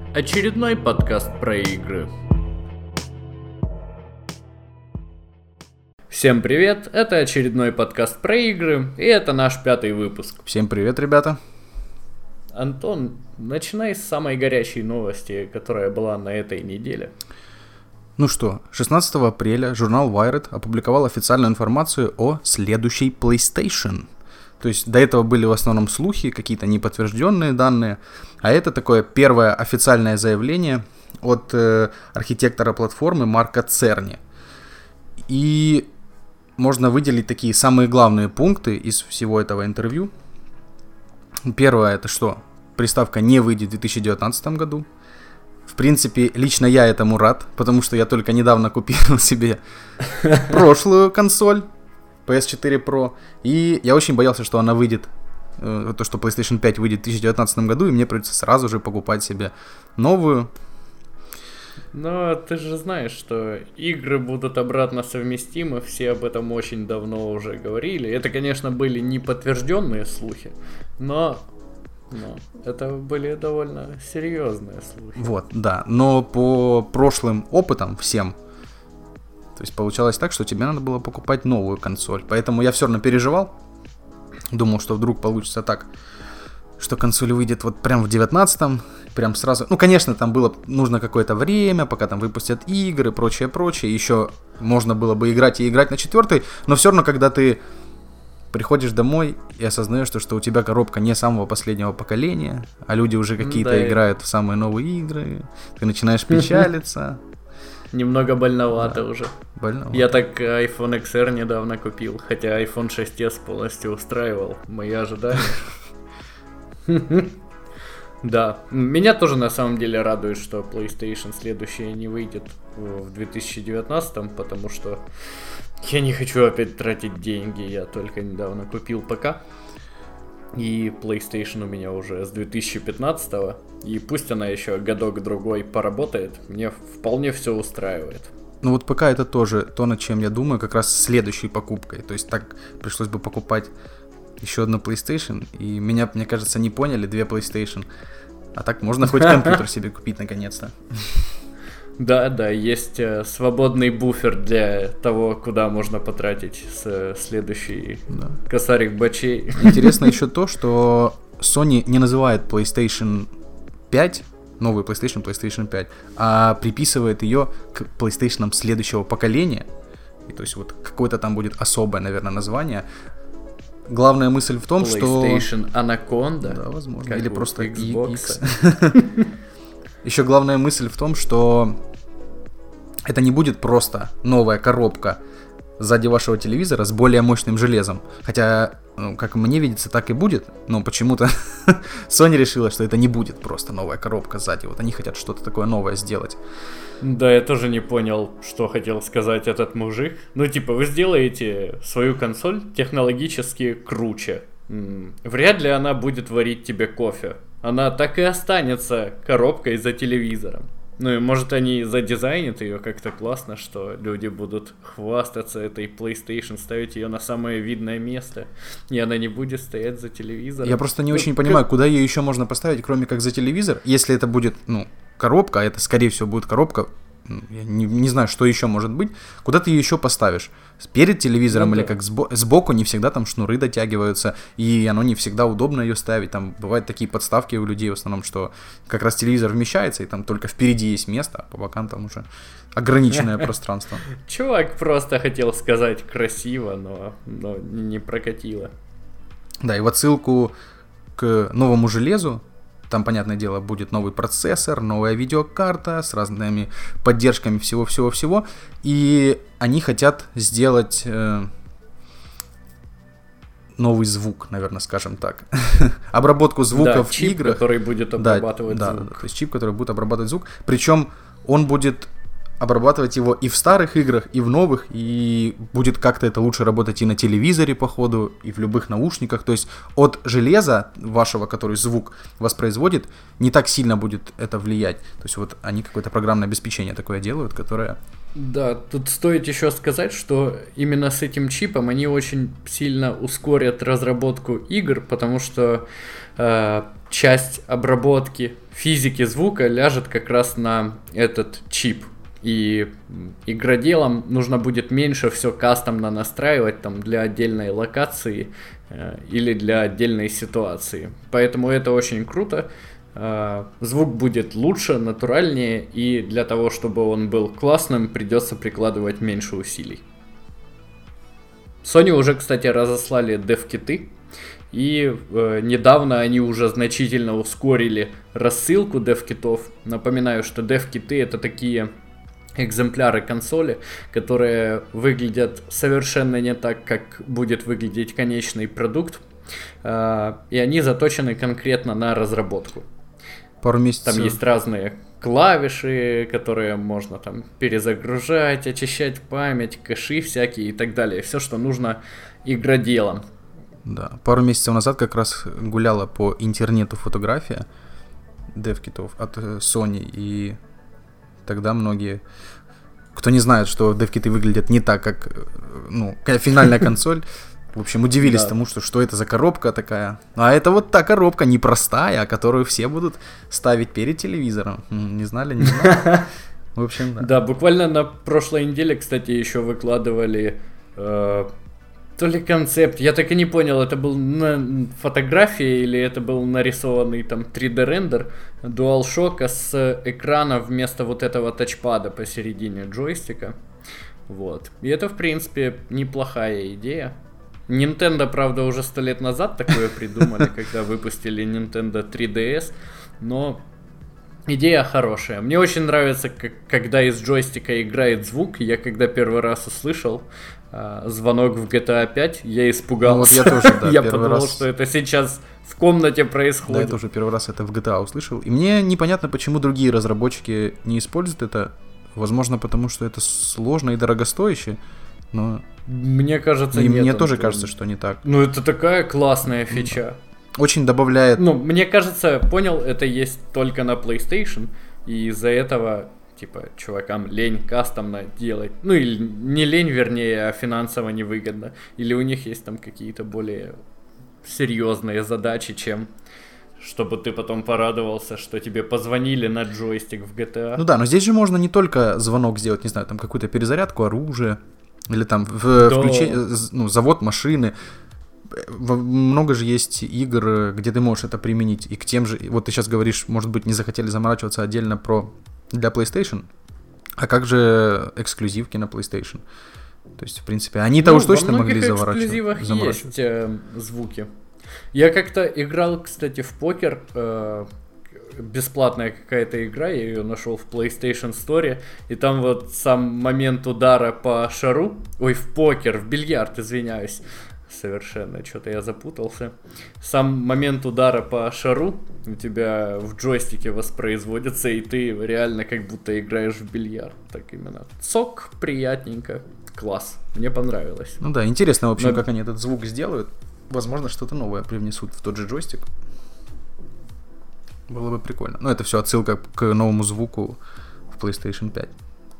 Очередной подкаст про игры. Всем привет, это очередной подкаст про игры, и это наш 5-й выпуск. Всем привет, ребята. Антон, начинай с самой горячей новости, которая была на этой неделе. Ну что, 16 апреля журнал Wired опубликовал официальную информацию о следующей PlayStation. То есть до этого были в основном слухи, какие-то неподтвержденные данные, а это такое первое официальное заявление от архитектора платформы Марка Церни. И можно выделить такие самые главные пункты из всего этого интервью. Первое, это что? Приставка не выйдет в 2019 году. В принципе, лично я этому рад, потому что я только недавно купил себе прошлую консоль PS4 Pro, и я очень боялся, что она выйдет, то, что PlayStation 5 выйдет в 2019 году, и мне придется сразу же покупать себе новую. Но ты же знаешь, что игры будут обратно совместимы, все об этом очень давно уже говорили. Это, конечно, были неподтвержденные слухи, но это были довольно серьезные слухи. Вот, да, но по прошлым опытам всем, то есть получалось так, что тебе надо было покупать новую консоль. Поэтому я все равно переживал. Думал, что вдруг получится так, что консоль выйдет вот прям в 19-м, прям сразу. Ну, конечно, там было нужно какое-то время, пока там выпустят игры, прочее. Еще можно было бы играть и играть на 4-й, но все равно, когда ты приходишь домой и осознаешь, что у тебя коробка не самого последнего поколения, а люди уже какие-то играют в самые новые игры, ты начинаешь печалиться. Немного больновато уже. Больновато. Я так iPhone XR недавно купил, хотя iPhone 6s полностью устраивал мои ожидания. Да, меня тоже на самом деле радует, что PlayStation следующая не выйдет в 2019, потому что я не хочу опять тратить деньги, я только недавно купил ПК. И PlayStation у меня уже с 2015-го, и пусть она еще годок-другой поработает, мне вполне все устраивает. Ну вот ПК это тоже то, над чем я думаю, как раз следующей покупкой. То есть так пришлось бы покупать еще одну PlayStation, и меня, мне кажется, не поняли, 2 PlayStation. А так можно хоть компьютер себе купить наконец-то. Да, есть свободный буфер для того, куда можно потратить следующий косарик бачей. Интересно еще то, что Sony не называет PlayStation 5, новый PlayStation 5, а приписывает ее к PlayStation следующего поколения. И то есть вот какое-то там будет особое, наверное, название. Главная мысль в том, что... PlayStation Anaconda? Да, возможно. Или просто Xbox. Еще главная мысль в том, что это не будет просто новая коробка сзади вашего телевизора с более мощным железом. Хотя, как мне видится, так и будет. Но почему-то Sony решила, что это не будет просто новая коробка сзади. Вот они хотят что-то такое новое сделать. Да, я тоже не понял, что хотел сказать этот мужик. Ну, типа, вы сделаете свою консоль технологически круче. Вряд ли она будет варить тебе кофе. Она так и останется коробкой за телевизором. Ну и может они задизайнят ее как-то классно, что люди будут хвастаться этой PlayStation, ставить ее на самое видное место, и она не будет стоять за телевизором. Я просто не очень понимаю, куда ее еще можно поставить, кроме как за телевизор, если это будет, коробка, а это скорее всего будет коробка, я не знаю, что еще может быть, куда ты ее еще поставишь? Перед телевизором или как сбоку не всегда там шнуры дотягиваются, и оно не всегда удобно ее ставить. Там бывают такие подставки у людей в основном, что как раз телевизор вмещается, и там только впереди есть место, а по бокам там уже ограниченное пространство. Чувак просто хотел сказать красиво, но не прокатило. Да, и в отсылку к новому железу, там, понятное дело, будет новый процессор, новая видеокарта с разными поддержками всего-всего-всего. И они хотят сделать новый звук, наверное, скажем так. Обработку звука в чип, играх. Который будет обрабатывать звук. Да, то есть чип, который будет обрабатывать звук. Причем он будет обрабатывать его и в старых играх, и в новых, и будет как-то это лучше работать и на телевизоре, походу, и в любых наушниках. То есть от железа вашего, который звук воспроизводит, не так сильно будет это влиять. То есть вот они какое-то программное обеспечение такое делают, которое Да, тут стоит еще сказать, что именно с этим чипом они очень сильно ускорят разработку игр, потому что часть обработки физики звука ляжет как раз на этот чип. И игроделам нужно будет меньше все кастомно настраивать там для отдельной локации или для отдельной ситуации. Поэтому это очень круто. Звук будет лучше, натуральнее, и для того, чтобы он был классным, придется прикладывать меньше усилий. Sony уже, кстати, разослали дев-киты, и недавно они уже значительно ускорили рассылку дев-китов. Напоминаю, что дев-киты это такие экземпляры консоли, которые выглядят совершенно не так, как будет выглядеть конечный продукт, и они заточены конкретно на разработку. Пару месяцев. Там есть разные клавиши, которые можно там перезагружать, очищать память, кэши всякие и так далее. Все, что нужно игроделам. Да, пару месяцев назад как раз гуляла по интернету фотография дев-китов от Sony, и тогда многие, кто не знает, что дев-киты выглядят не так, как финальная консоль, в общем, удивились тому, что это за коробка такая. А это вот та коробка непростая, которую все будут ставить перед телевизором. Не знали, не знали. В общем, да. Да, буквально на прошлой неделе, кстати, еще выкладывали то ли концепт, я так и не понял, это был на фотографии или это был нарисованный там 3D рендер DualShock с экрана вместо вот этого тачпада посередине джойстика. Вот. И это, в принципе, неплохая идея. Nintendo, правда, уже 100 лет назад такое придумали, когда выпустили Nintendo 3DS, но идея хорошая. Мне очень нравится, когда из джойстика играет звук. Я когда первый раз услышал звонок в GTA 5, я испугался. Ну, вот я тоже, да, я подумал, что это сейчас в комнате происходит. Да, я тоже первый раз это в GTA услышал. И мне непонятно, почему другие разработчики не используют это. Возможно, потому что это сложно и дорогостоящее. Но мне кажется, нет. Мне тоже кажется, что не так. Ну, это такая классная фича. Очень добавляет... Ну, мне кажется, понял, это есть только на PlayStation, и из-за этого, типа, чувакам лень кастомно делать. Ну, или не лень, вернее, а финансово невыгодно. Или у них есть там какие-то более серьезные задачи, чем чтобы ты потом порадовался, что тебе позвонили на джойстик в GTA. Ну да, но здесь же можно не только звонок сделать, не знаю, там какую-то перезарядку оружия, или там завод машины. Много же есть игр, где ты можешь это применить. И к тем же, вот ты сейчас говоришь, может быть, не захотели заморачиваться отдельно для PlayStation. А как же эксклюзивки на PlayStation? То есть, в принципе, они-то уж точно могли заморачиваться. В многих эксклюзивах есть звуки. Я как-то играл, кстати, в покер. Бесплатная какая-то игра, я ее нашел в PlayStation Store, и там вот сам момент удара по шару, в покер, в бильярд, извиняюсь, совершенно, что-то я запутался. Сам момент удара по шару у тебя в джойстике воспроизводится, и ты реально как будто играешь в бильярд, так именно. Цок, приятненько, класс, мне понравилось. Ну да, интересно, в общем, как они этот звук сделают. Возможно, что-то новое привнесут в тот же джойстик. Было бы прикольно. Но это все отсылка к новому звуку в PlayStation 5.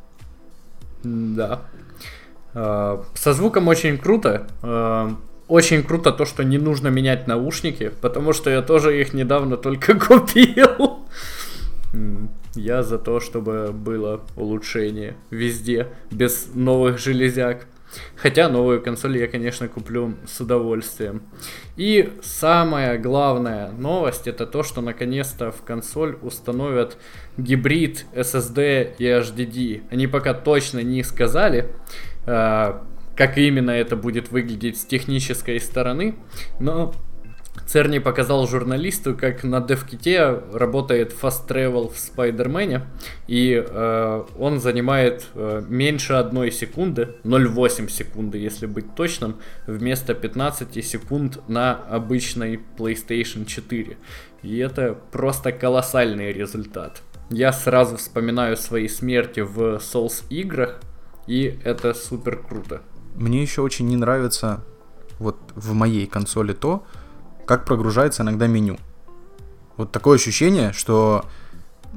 Да. Со звуком очень круто. Очень круто то, что не нужно менять наушники, потому что я тоже их недавно только купил. Я за то, чтобы было улучшение везде, без новых железяк. Хотя новую консоль я, конечно, куплю с удовольствием. И самая главная новость — это то, что наконец-то в консоль установят гибрид SSD и HDD. Они пока точно не сказали, как именно это будет выглядеть с технической стороны, но Церни показал журналисту, как на DevKit работает Fast Travel в Spider-Man, и он занимает меньше 1 секунды, 0,8 секунды, если быть точным, вместо 15 секунд на обычной PlayStation 4. И это просто колоссальный результат. Я сразу вспоминаю свои смерти в Souls играх, и это супер круто. Мне еще очень не нравится вот в моей консоли то, как прогружается иногда меню. Вот такое ощущение, что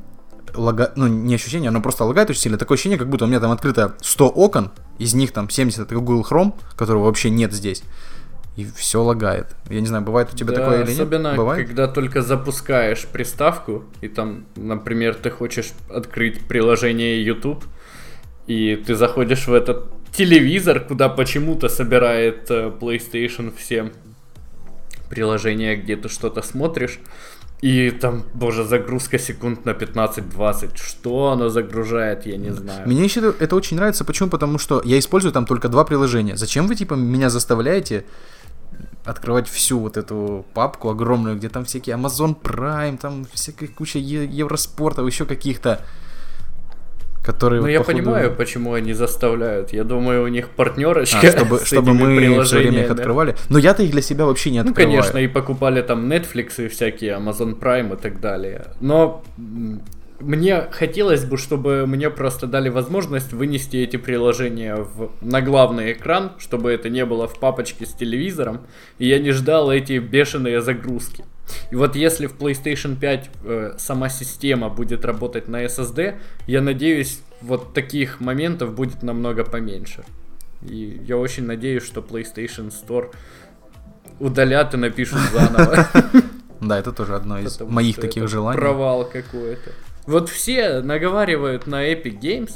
ну, не ощущение, оно просто лагает очень сильно. Такое ощущение, как будто у меня там открыто 100 окон, из них там 70 это Google Chrome, которого вообще нет здесь. И все лагает. Я не знаю, бывает у тебя такое или нет? Особенно, бывает? Когда только запускаешь приставку, и там, например, ты хочешь открыть приложение YouTube, и ты заходишь в этот телевизор, куда почему-то собирает PlayStation все приложения, где ты что-то смотришь, и там, боже, загрузка секунд на 15-20. Что оно загружает, я не знаю. Мне еще это очень нравится. Почему? Потому что я использую там только 2 приложения. Зачем вы, типа, меня заставляете открывать всю вот эту папку огромную, где там всякие Amazon Prime, там всякая куча Евроспортов, еще каких-то, которые... Ну, вот, я походу... понимаю, почему они заставляют. Я думаю, у них партнерочка чтобы мы все время их открывали. Но я-то их для себя вообще не открываю. Ну, конечно, и покупали там Netflix и всякие Amazon Prime и так далее. Но мне хотелось бы, чтобы мне просто дали возможность вынести эти приложения на главный экран, чтобы это не было в папочке с телевизором, и я не ждал эти бешеные загрузки. И вот если в PlayStation 5 сама система будет работать на SSD, я надеюсь, вот таких моментов будет намного поменьше. И я очень надеюсь, что PlayStation Store удалят и напишут заново. Да, это тоже одно из моих таких желаний. Провал какой-то. Вот все наговаривают на Epic Games,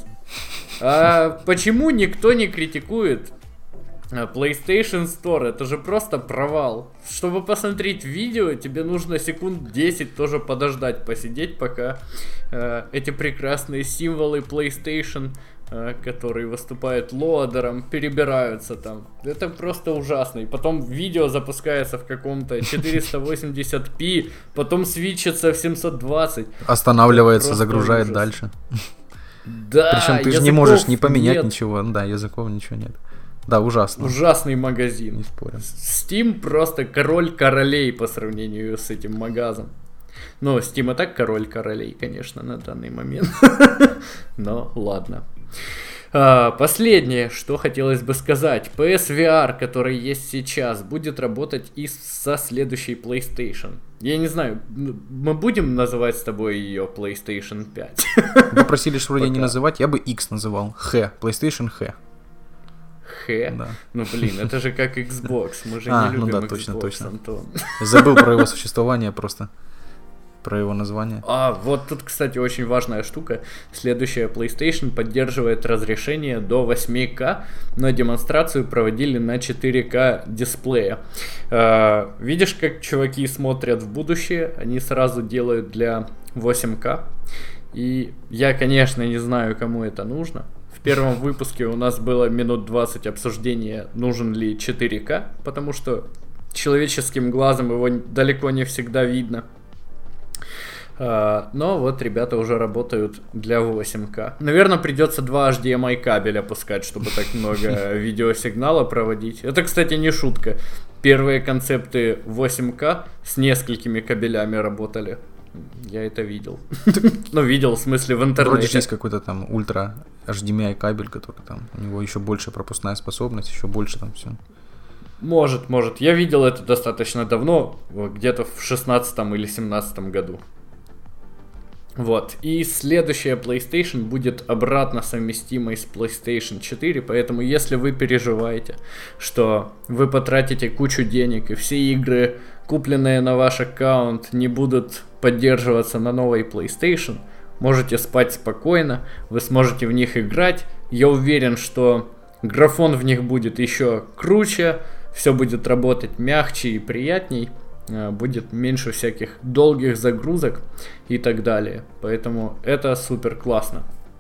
а почему никто не критикует PlayStation Store? Это же просто провал. Чтобы посмотреть видео, тебе нужно секунд 10 тоже подождать, посидеть, пока эти прекрасные символы PlayStation, которые выступают лоадером, перебираются там. Это просто ужасно. И потом видео запускается в каком-то 480p, потом свитчится в 720. Останавливается, загружает ужас. Дальше. Да, причем ты же не можешь не поменять ничего. Да, языков ничего нет. Да, ужасно. Ужасный магазин. Не спорю. Steam просто король королей по сравнению с этим магазом. Ну, Steam и так король королей, конечно, на данный момент. Но ладно. Последнее, что хотелось бы сказать. PSVR, который есть сейчас, будет работать и со следующей PlayStation. Я не знаю, мы будем называть с тобой ее PlayStation 5? Вы просили же вроде не называть, я бы X называл. Х, PlayStation Х. Х? Да. Ну блин, это же как Xbox, мы же не любим Xbox, точно. Антон. Забыл про его существование просто. Про его название. Вот тут, кстати, очень важная штука. Следующая PlayStation поддерживает разрешение до 8К, но демонстрацию проводили на 4К дисплее. Видишь, как чуваки смотрят в будущее? Они сразу делают для 8К. И я, конечно, не знаю, кому это нужно. В первом выпуске у нас было минут 20 обсуждения, нужен ли 4К, потому что человеческим глазом его далеко не всегда видно. Но вот ребята уже работают для 8К. Наверное, придется 2 HDMI кабеля пускать, чтобы так много видеосигнала проводить. Это, кстати, не шутка. Первые концепты 8К с несколькими кабелями работали. Я это видел. Ну, видел, в смысле, в интернете. Вроде есть какой-то там ультра HDMI кабель, который там, у него еще больше пропускная способность, еще больше там все. Может. Я видел это достаточно давно, где-то в 16 или 17 году. Вот, и следующая PlayStation будет обратно совместимой с PlayStation 4, поэтому если вы переживаете, что вы потратите кучу денег и все игры, купленные на ваш аккаунт, не будут поддерживаться на новой PlayStation, можете спать спокойно, вы сможете в них играть, я уверен, что графон в них будет еще круче, все будет работать мягче и приятней. Будет меньше всяких долгих загрузок и так далее. Поэтому это супер классно.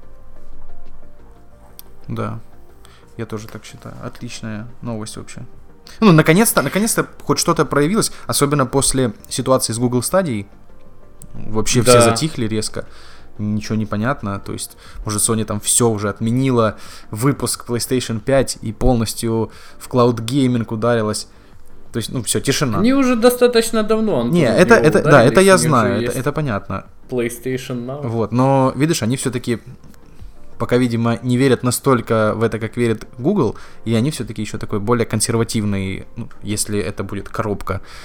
Да, я тоже так считаю. Отличная новость вообще. Ну, наконец-то хоть что-то проявилось, особенно после ситуации с Google Stadia. Вообще все затихли резко. Ничего не понятно. То есть, может, Sony там все уже отменила, выпуск PlayStation 5 и полностью в Cloud Gaming ударилась. То есть, все, тишина. Они уже достаточно давно. Не, это я знаю, это понятно. PlayStation Now. Вот, но, видишь, они все-таки пока, видимо, не верят настолько в это, как верит Google, и они все-таки еще такой более консервативный, если это будет коробка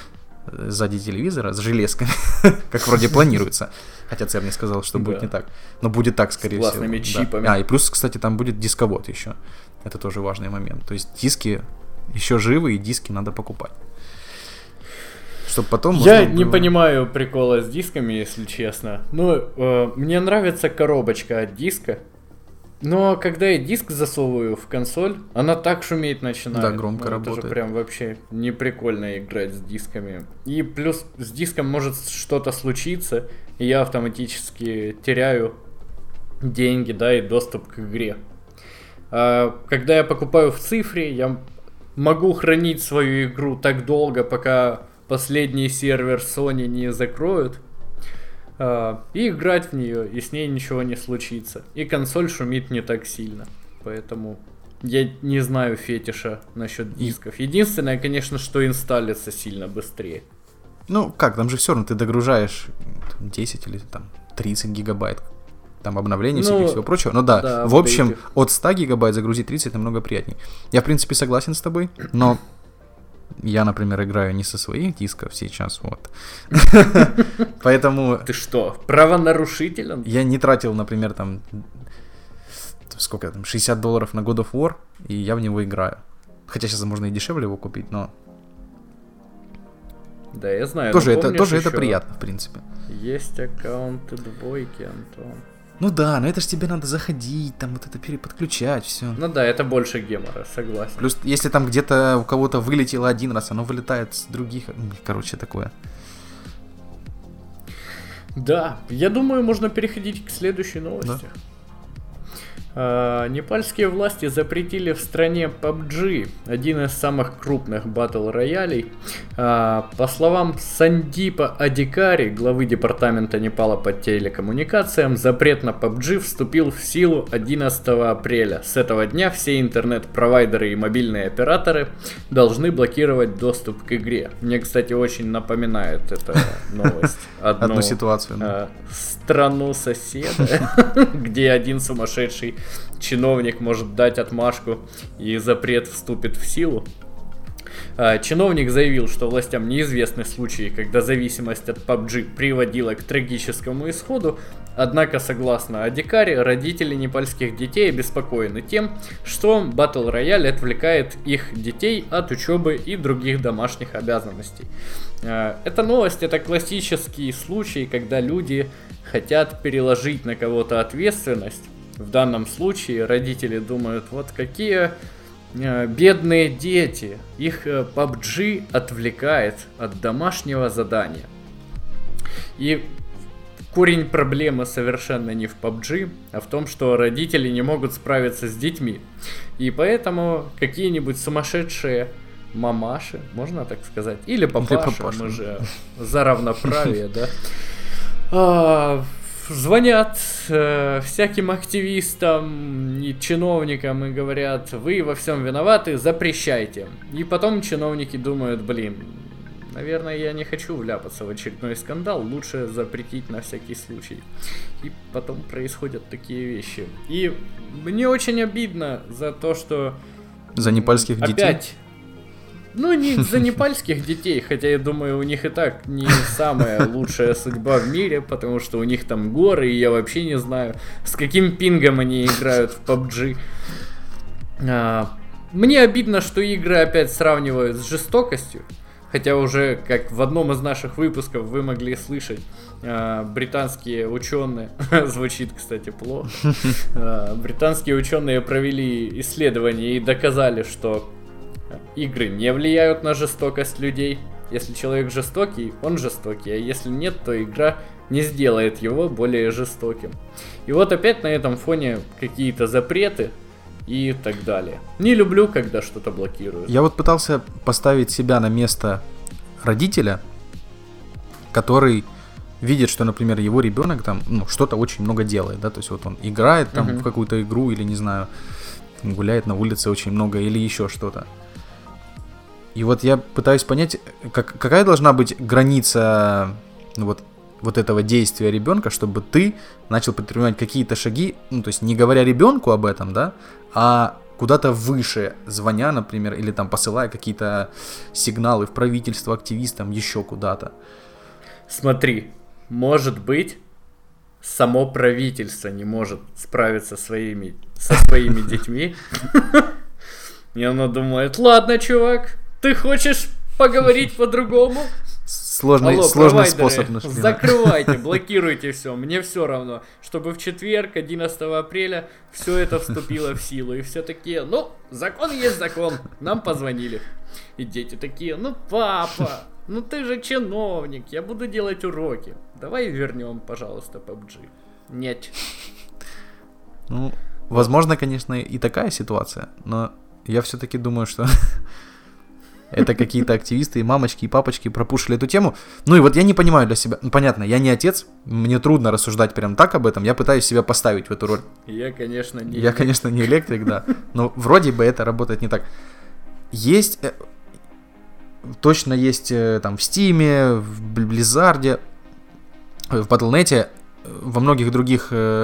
сзади телевизора с железками, как вроде планируется. Хотя Церни сказал, что будет не так. Но будет так, скорее всего. С классными чипами. Да. И плюс, кстати, там будет дисковод еще. Это тоже важный момент. То есть диски еще живы, и диски надо покупать. Чтобы потом... Я не понимаю прикола с дисками, если честно. Ну, мне нравится коробочка от диска. Но когда я диск засовываю в консоль, она так шуметь начинает. Да, громко работает. Это же прям вообще не прикольно играть с дисками. И плюс с диском может что-то случиться, и я автоматически теряю деньги, да, и доступ к игре. А когда я покупаю в цифре, я могу хранить свою игру так долго, пока последний сервер Sony не закроют. И играть в нее, и с ней ничего не случится. И консоль шумит не так сильно. Поэтому я не знаю фетиша насчет дисков. Единственное, конечно, что инсталлится сильно быстрее. Ну как, там же все равно ты догружаешь 10 или там 30 гигабайт. Там обновление и всего прочего. Ну да, в общем, от 100 гигабайт загрузить 30 намного приятней. Я, в принципе, согласен с тобой, но... Я, например, играю не со своих дисков сейчас, вот. Поэтому... Ты что, правонарушителен? Я не тратил, например, там... Сколько там, $60 на God of War, и я в него играю. Хотя сейчас можно и дешевле его купить, но... Да, я знаю. Тоже это приятно, в принципе. Есть аккаунты двойки, Антон. Ну да, но это ж тебе надо заходить, там вот это переподключать, все. Ну да, это больше гемора, согласен. Плюс, если там где-то у кого-то вылетело один раз, оно вылетает с других, короче, такое. Да, я думаю, можно переходить к следующей новости. Да. Непальские власти запретили в стране PUBG, один из самых крупных батл-роялей. По словам Сандипа Адикари, главы департамента Непала по телекоммуникациям, запрет на PUBG вступил в силу 11 апреля. С этого дня все интернет-провайдеры и мобильные операторы должны блокировать доступ к игре. Мне, кстати, очень напоминает эта новость одну ситуацию. Страну соседа, где один сумасшедший чиновник может дать отмашку и запрет вступит в силу. Чиновник заявил, что властям неизвестны случаи, когда зависимость от PUBG приводила к трагическому исходу, однако, согласно Адикари, родители непальских детей обеспокоены тем, что Battle Royale отвлекает их детей от учебы и других домашних обязанностей. Эта новость — это классический случай, когда люди хотят переложить на кого-то ответственность. В данном случае родители думают, вот какие бедные дети, их PUBG отвлекает от домашнего задания. И корень проблемы совершенно не в PUBG, а в том, что родители не могут справиться с детьми. И поэтому какие-нибудь сумасшедшие мамаши, можно так сказать, или папаши, мы же за равноправие, да, звонят всяким активистам и чиновникам и говорят, вы во всем виноваты, запрещайте. И потом чиновники думают, блин, наверное, я не хочу вляпаться в очередной скандал, лучше запретить на всякий случай. И потом происходят такие вещи. И мне очень обидно за то, что... За непальских детей? Опять... Ну, не за непальских детей, хотя я думаю, у них и так не самая лучшая судьба в мире, потому что у них там горы, и я вообще не знаю, с каким пингом они играют в PUBG. Мне обидно, что игры опять сравнивают с жестокостью, хотя уже, как в одном из наших выпусков вы могли слышать, британские ученые, звучит, кстати, плохо, британские ученые провели исследование и доказали, что игры не влияют на жестокость людей. Если человек жестокий, он жестокий, а если нет, то игра не сделает его более жестоким. И вот опять на этом фоне какие-то запреты и так далее. Не люблю, когда что-то блокируют. Я вот пытался поставить себя на место родителя, который видит, что, например, его ребенок там, что-то очень много делает, да, то есть вот он играет там в какую-то игру или, не знаю, гуляет на улице очень много или еще что-то. И вот я пытаюсь понять, какая должна быть граница вот этого действия ребенка, чтобы ты начал предпринимать какие-то шаги, то есть не говоря ребенку об этом, да, а куда-то выше звоня, например, или там посылая какие-то сигналы в правительство, активистам, еще куда-то. Смотри, может быть, само правительство не может справиться со своими детьми. И оно думает, ладно, чувак, ты хочешь поговорить по-другому? Сложный способ нашли. Закрывайте, блокируйте все. Мне все равно, чтобы в четверг, 11 апреля, все это вступило в силу. И все такие, ну, закон есть закон. Нам позвонили. И дети такие, ну, папа, ну ты же чиновник, я буду делать уроки. Давай вернем, пожалуйста, PUBG. Нет. Ну, возможно, конечно, и такая ситуация, но я все-таки думаю, что это какие-то активисты, и мамочки, и папочки пропушили эту тему. Ну и вот я не понимаю для себя. Ну, понятно, я не отец, мне трудно рассуждать прям так об этом. Я пытаюсь себя поставить в эту роль. Я, конечно, не электрик, да. Но вроде бы это работает не так. Есть... Точно есть там в Steam, в Blizzard, в Battle.net, во многих других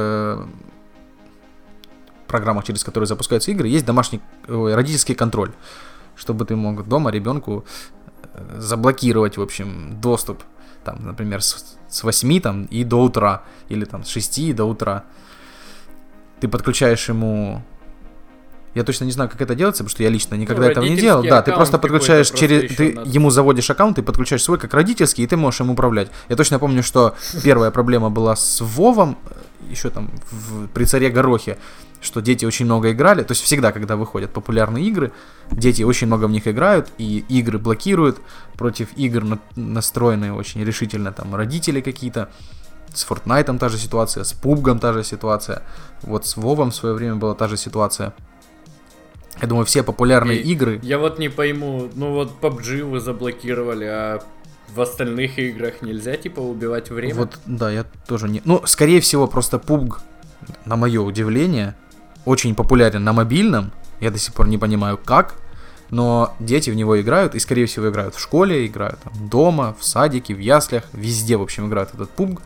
программах, через которые запускаются игры, есть родительский контроль, чтобы ты мог дома ребенку заблокировать, в общем, доступ, там, например, с 8 там, и до утра, или там с 6 до утра. Ты подключаешь ему... Я точно не знаю, как это делается, потому что я лично никогда этого не делал. Да, ты просто подключаешь ему заводишь аккаунт, ты подключаешь свой как родительский, и ты можешь им управлять. Я точно помню, что первая проблема была с Вовом, еще там при царе Горохе, что дети очень много играли. То есть всегда, когда выходят популярные игры, дети очень много в них играют, и игры блокируют. Против игр настроены очень решительно там родители какие-то. С Fortnite та же ситуация, с PUBG та же ситуация. Вот с Вовом в свое время была та же ситуация. Я думаю, все популярные игры... Я вот не пойму, ну вот PUBG вы заблокировали, а в остальных играх нельзя, типа, убивать время? Вот, да, я тоже не... Ну, скорее всего, просто PUBG, на мое удивление, очень популярен на мобильном. Я до сих пор не понимаю, как. Но дети в него играют, и, скорее всего, играют в школе, играют там, дома, в садике, в яслях. Везде, в общем, играют этот PUBG.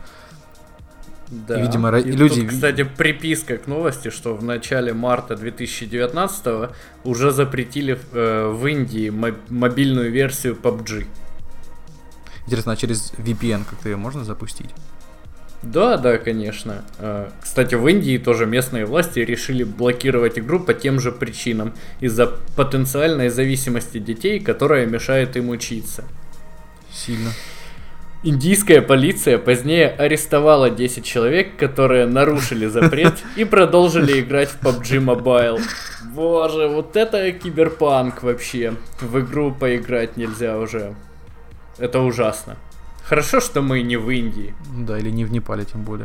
Да, и, видимо, люди... Тут, кстати, приписка к новости, что в начале марта 2019 уже запретили в Индии мобильную версию PUBG. Интересно, а через VPN как-то ее можно запустить? Да, конечно. Кстати, в Индии тоже местные власти решили блокировать игру по тем же причинам. Из-за потенциальной зависимости детей, которая мешает им учиться. Сильно. Индийская полиция позднее арестовала 10 человек, которые нарушили запрет и продолжили играть в PUBG Mobile. Боже, вот это киберпанк вообще. В игру поиграть нельзя уже. Это ужасно. Хорошо, что мы не в Индии. Да, или не в Непале тем более.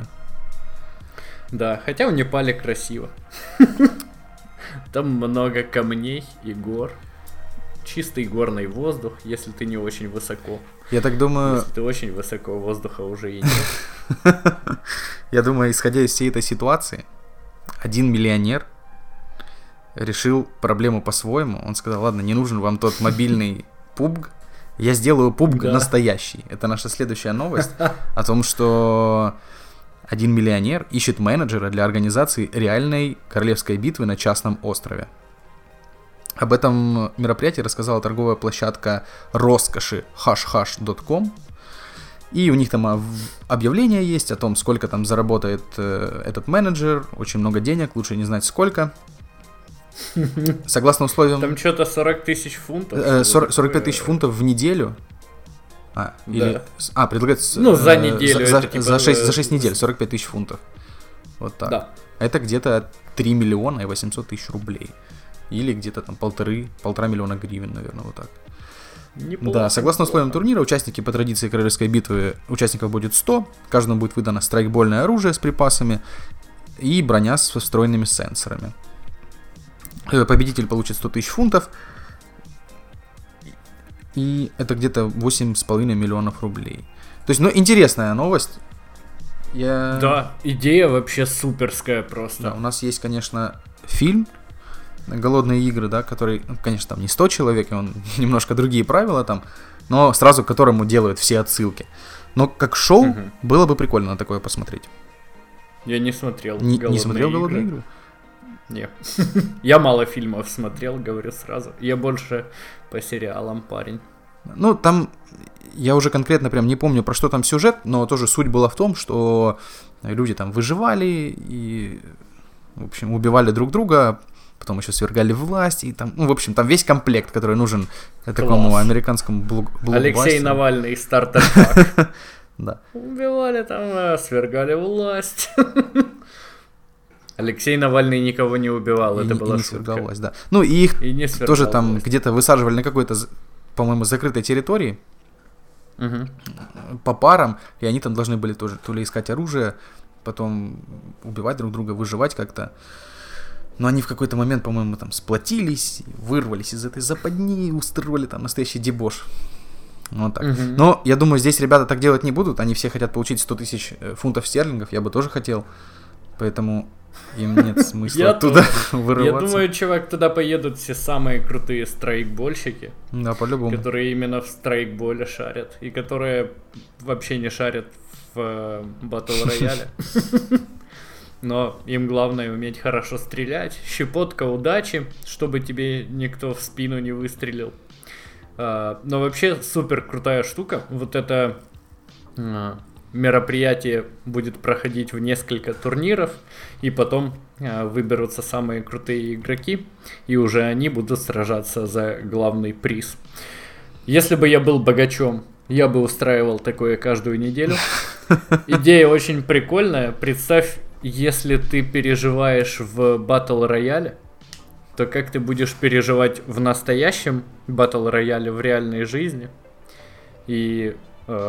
Да, хотя в Непале красиво. Там много камней и гор. Чистый горный воздух, если ты не очень высоко. Я так думаю... Если ты очень высоко, воздуха уже и нет. Я думаю, исходя из всей этой ситуации, один миллионер решил проблему по-своему. Он сказал, ладно, не нужен вам тот мобильный PUBG, я сделаю PUBG настоящий. Это наша следующая новость о том, что один миллионер ищет менеджера для организации реальной королевской битвы на частном острове. Об этом мероприятии рассказала торговая площадка роскоши hashhash.com. И у них там объявление есть о том, сколько там заработает этот менеджер. Очень много денег, лучше не знать сколько. Согласно условиям... Там что-то 40 тысяч фунтов. 45 тысяч фунтов в неделю. Предлагается... Ну, за неделю. За 6 недель 45 тысяч фунтов. Вот так. Да. Это где-то 3 миллиона и 800 тысяч рублей. Или где-то там 1,5 миллиона гривен, наверное, вот так. Неплохо, да, согласно условиям турнира, участники по традиции королевской битвы, участников будет 100, каждому будет выдано страйкбольное оружие с припасами и броня со встроенными сенсорами. Победитель получит 100 тысяч фунтов, и это где-то 8,5 миллионов рублей. То есть, интересная новость. Да, идея вообще суперская просто. Да, у нас есть, конечно, фильм «Голодные игры», да, который, конечно, там не 100 человек, и он немножко другие правила там, но сразу к которому делают все отсылки. Но как шоу было бы прикольно на такое посмотреть. Я не смотрел «Голодные игры». Не. Я мало фильмов смотрел, говорю сразу. Я больше по сериалам парень. Ну, там, я уже конкретно прям не помню, про что там сюжет, но тоже суть была в том, что люди там выживали и, в общем, убивали друг друга, потом еще свергали власть, и там, ну, в общем, там весь комплект, который нужен такому американскому блокбастеру. Алексей Навальный, стартер-пак. Да. Убивали там, свергали власть. Алексей Навальный никого не убивал, это была шутка. Власть, да. Ну, и их тоже там власть. Где-то высаживали на какой-то, по-моему, закрытой территории по парам, и они там должны были тоже то ли искать оружие, потом убивать друг друга, выживать как-то. Но они в какой-то момент, по-моему, там сплотились, вырвались из этой западни и устроили там настоящий дебош. Вот так. Но я думаю, здесь ребята так делать не будут. Они все хотят получить 100 тысяч фунтов стерлингов. Я бы тоже хотел. Поэтому им нет смысла оттуда вырываться. Я думаю, чувак, туда поедут все самые крутые страйкбольщики. Да, по-любому. Которые именно в страйкболе шарят. И которые вообще не шарят в батл рояле. Но им главное уметь хорошо стрелять. Щепотка удачи, чтобы тебе никто в спину не выстрелил. Но вообще супер крутая штука. Вот это мероприятие будет проходить в несколько турниров. И потом выберутся самые крутые игроки. И уже они будут сражаться за главный приз. Если бы я был богачом, я бы устраивал такое каждую неделю. Идея очень прикольная. Представь, если ты переживаешь в батл рояле, то как ты будешь переживать в настоящем батл рояле в реальной жизни? И,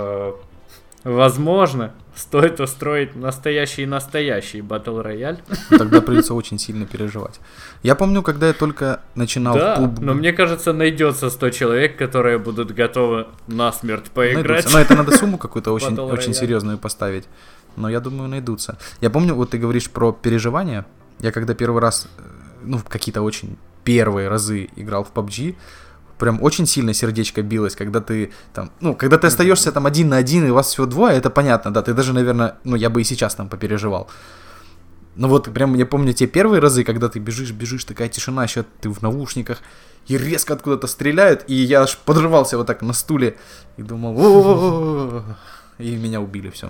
возможно, стоит устроить настоящий батл рояль. Тогда придется очень сильно переживать. Я помню, когда я только начинал PUBG. Но мне кажется, найдется 100 человек, которые будут готовы насмерть поиграть. Найдутся. Но это надо сумму какую-то очень серьезную поставить. Но я думаю, найдутся. Я помню, вот ты говоришь про переживания. Я когда первый раз, ну, какие-то очень первые разы играл в PUBG, прям очень сильно сердечко билось, когда ты там, ну, когда ты остаешься там 1 на 1, и у вас всего 2, это понятно, да, ты даже, наверное, ну, я бы и сейчас там попереживал. Но вот прям я помню те первые разы, когда ты бежишь, такая тишина, еще ты в наушниках, и резко откуда-то стреляют, и я аж подрывался вот так на стуле, и думал, о-о-о-о-о, и меня убили, все.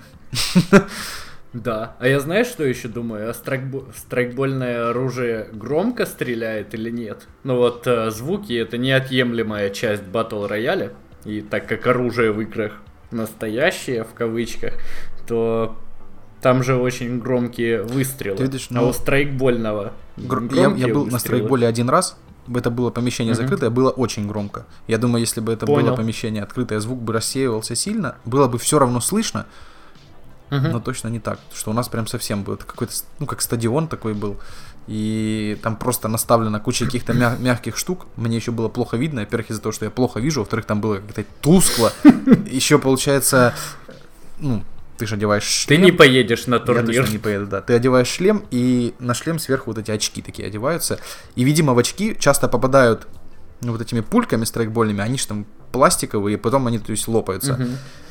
Да, а я знаешь, что еще думаю? А страйкбольное оружие громко стреляет или нет? Ну вот звуки — это неотъемлемая часть батл рояля, и так как оружие в играх настоящее, в кавычках, то там же очень громкие выстрелы. Ты видишь, а у страйкбольного я был на страйкболе один раз, это было помещение закрытое, было очень громко. Я думаю, если бы это было помещение открытое, звук бы рассеивался сильно, было бы все равно слышно, но точно не так, что у нас прям совсем был какой-то, ну, как стадион такой был, и там просто наставлена куча каких-то мягких штук, мне еще было плохо видно, во-первых, из-за того, что я плохо вижу, во-вторых, там было как-то тускло, еще получается, ну, ты же одеваешь шлем. Ты не поедешь на турнир. Я точно не поеду, да. Ты одеваешь шлем, и на шлем сверху вот эти очки такие одеваются, и, видимо, в очки часто попадают, ну, вот этими пульками страйкбольными, они же там пластиковые, и потом они, то есть, лопаются.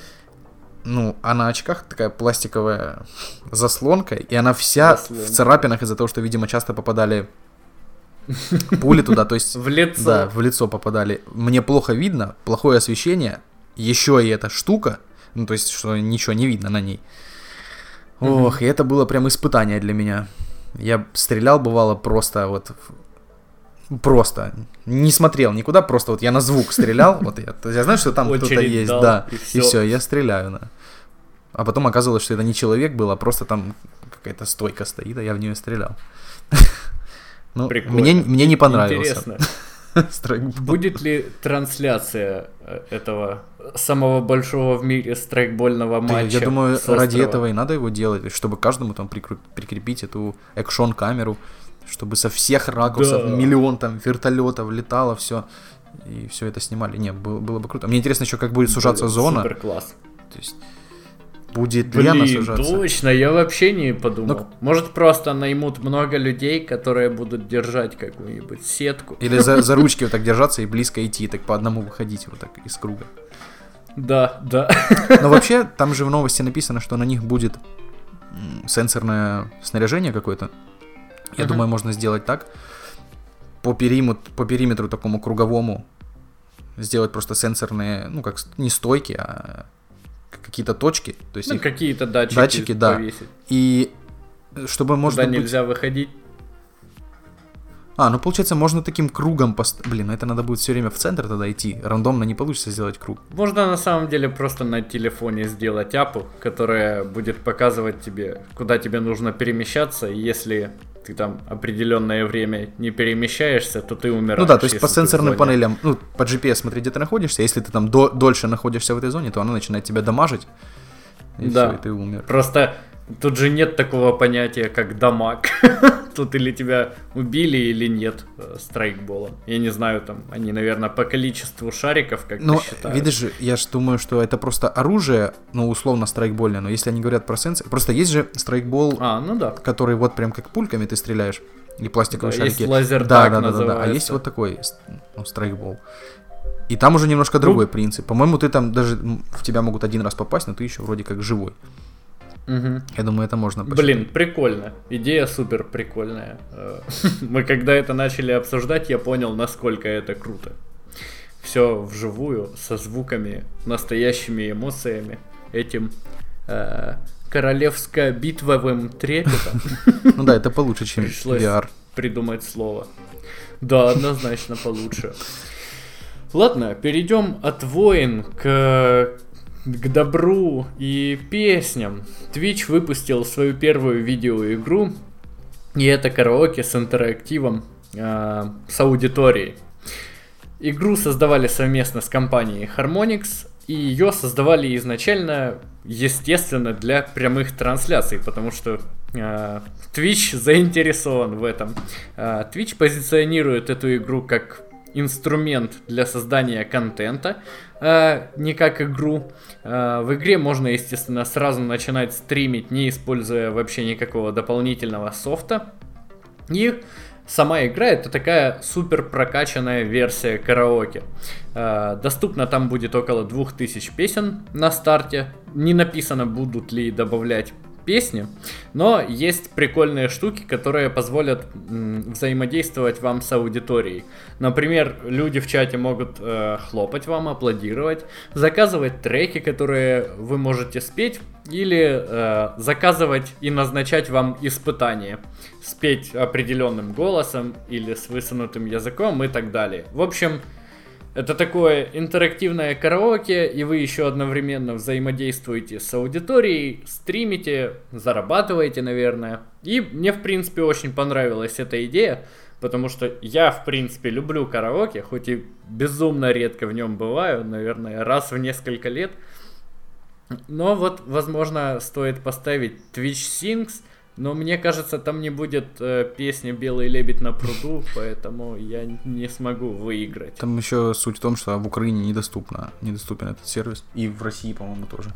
Ну, а на очках такая пластиковая заслонка, и она вся в царапинах из-за того, что, видимо, часто попадали пули туда, то есть... В лицо. Да, в лицо попадали. Мне плохо видно, плохое освещение, еще и эта штука, ну, то есть, что ничего не видно на ней. Ох, и это было прям испытание для меня. Я стрелял, бывало, просто вот... Просто не смотрел никуда, просто вот я на звук стрелял, вот я знаю, что там кто-то есть, да, и все, я стреляю, да. А потом оказалось, что это не человек был, а просто там какая-то стойка стоит, а я в нее стрелял. Ну, мне не понравилось. Интересно. Будет ли трансляция этого самого большого в мире страйкбольного матча? Я думаю, ради этого и надо его делать, чтобы каждому там прикрепить эту экшон-камеру, чтобы со всех ракурсов миллион там вертолетов летало, все, и все это снимали. Не, было бы круто. Мне интересно еще, как будет сужаться зона. Супер класс. То есть, будет ли она сужаться? Точно, я вообще не подумал. Может, просто наймут много людей, которые будут держать какую-нибудь сетку. Или за ручки вот так держаться и близко идти, и так по одному выходить вот так из круга. Да. Но вообще, там же в новости написано, что на них будет сенсорное снаряжение какое-то. Я думаю, можно сделать так. По периметру такому круговому сделать просто сенсорные, ну, как не стойки, а какие-то точки. То есть какие-то датчики повесить. Да. И чтобы можно Туда нельзя выходить. Ну получается, можно таким кругом Блин, это надо будет все время в центр тогда идти. Рандомно не получится сделать круг. Можно на самом деле просто на телефоне сделать аппу, которая будет показывать тебе, куда тебе нужно перемещаться. И если ты там определенное время не перемещаешься, то ты умираешь. Ну да, то есть по сенсорным панелям, ну, по GPS смотри, где ты находишься. Если ты там дольше находишься в этой зоне, то она начинает тебя дамажить. И да. все, и ты умер. Просто тут же нет такого понятия, как дамаг. Тут или тебя убили, или нет страйкболом. Я не знаю, там, они, наверное, по количеству шариков как-то считают. Видишь, я же думаю, что это просто оружие, ну, условно, страйкбольное, но если они говорят про сенсор... Просто есть же страйкбол, который вот прям как пульками ты стреляешь, и пластиковые шарики. Есть лазертаг да. А есть вот такой, страйкбол. И там уже немножко другой принцип. По-моему, ты там даже... В тебя могут один раз попасть, но ты еще вроде как живой. Угу. Я думаю, это можно посчитать. Блин, прикольно. Идея супер прикольная. Мы когда это начали обсуждать, я понял, насколько это круто. Все вживую, со звуками, настоящими эмоциями, этим королевско-битвовым трепетом. Ну да, это получше, чем VR. Придумать слово. Да, однозначно получше. Ладно, перейдем от войн к добру и песням. Twitch выпустил свою первую видеоигру, и это караоке с интерактивом, с аудиторией. Игру создавали совместно с компанией Harmonix, и ее создавали изначально, естественно, для прямых трансляций, потому что Twitch заинтересован в этом. Twitch позиционирует эту игру как инструмент для создания контента, не как игру. В игре можно, естественно, сразу начинать стримить, не используя вообще никакого дополнительного софта. И сама игра — это такая супер прокачанная версия караоке. Доступно там будет около 2000 песен на старте. Не написано, будут ли добавлять песни, но есть прикольные штуки, которые позволят взаимодействовать вам с аудиторией. Например, люди в чате могут хлопать вам, аплодировать, заказывать треки, которые вы можете спеть, или заказывать и назначать вам испытания. Спеть определенным голосом или с высунутым языком и так далее. В общем, это такое интерактивное караоке, и вы еще одновременно взаимодействуете с аудиторией, стримите, зарабатываете, наверное. И мне, в принципе, очень понравилась эта идея, потому что я, в принципе, люблю караоке, хоть и безумно редко в нем бываю, наверное, раз в несколько лет. Но вот, возможно, стоит поставить Twitch Sings, но мне кажется, там не будет песни «Белый лебедь на пруду», поэтому я не смогу выиграть. Там еще суть в том, что в Украине недоступен этот сервис. И в России, по-моему, тоже.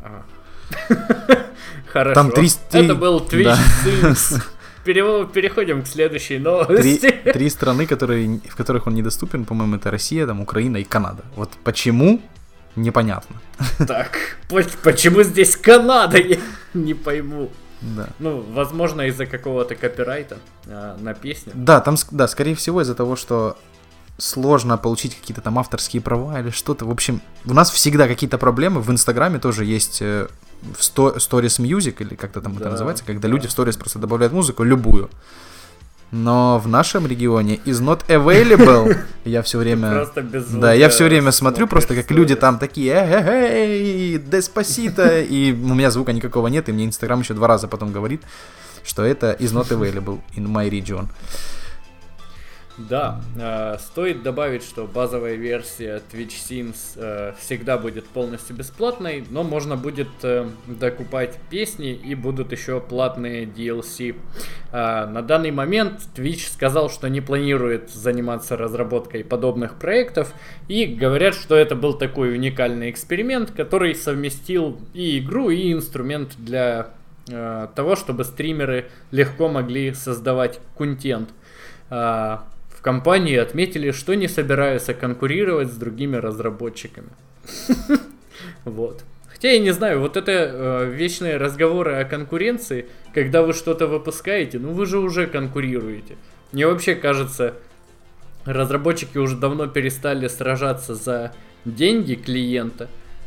Хорошо. Там это был Twitch Sings. Переходим к следующей новости. Три страны, в которых он недоступен, по-моему, это Россия, там Украина и Канада. Вот почему? Непонятно. Так, почему здесь Канада? Я не пойму. Да. Ну, возможно, из-за какого-то копирайта на песню. Да, скорее всего, из-за того, что сложно получить какие-то там авторские права или что-то. В общем, у нас всегда какие-то проблемы. В Инстаграме тоже есть Stories Music, или как-то там это называется, когда люди в Stories просто добавляют музыку, любую. Но в нашем регионе is not available. Я все время... Да, я все время смотрю просто, как люди там такие, эй, Деспасито, и у меня звука никакого нет, и мне Инстаграм еще 2 раза потом говорит, что это is not available in my region. Да, стоит добавить, что базовая версия Twitch Sings всегда будет полностью бесплатной, но можно будет докупать песни, и будут еще платные DLC. На данный момент Twitch сказал, что не планирует заниматься разработкой подобных проектов, и говорят, что это был такой уникальный эксперимент, который совместил и игру, и инструмент для того, чтобы стримеры легко могли создавать контент. В компании отметили, что не собираются конкурировать с другими разработчиками. Вот. Хотя я не знаю, вот это вечные разговоры о конкуренции, когда вы что-то выпускаете, ну вы же уже конкурируете. Мне вообще кажется, разработчики уже давно перестали сражаться за деньги клиента,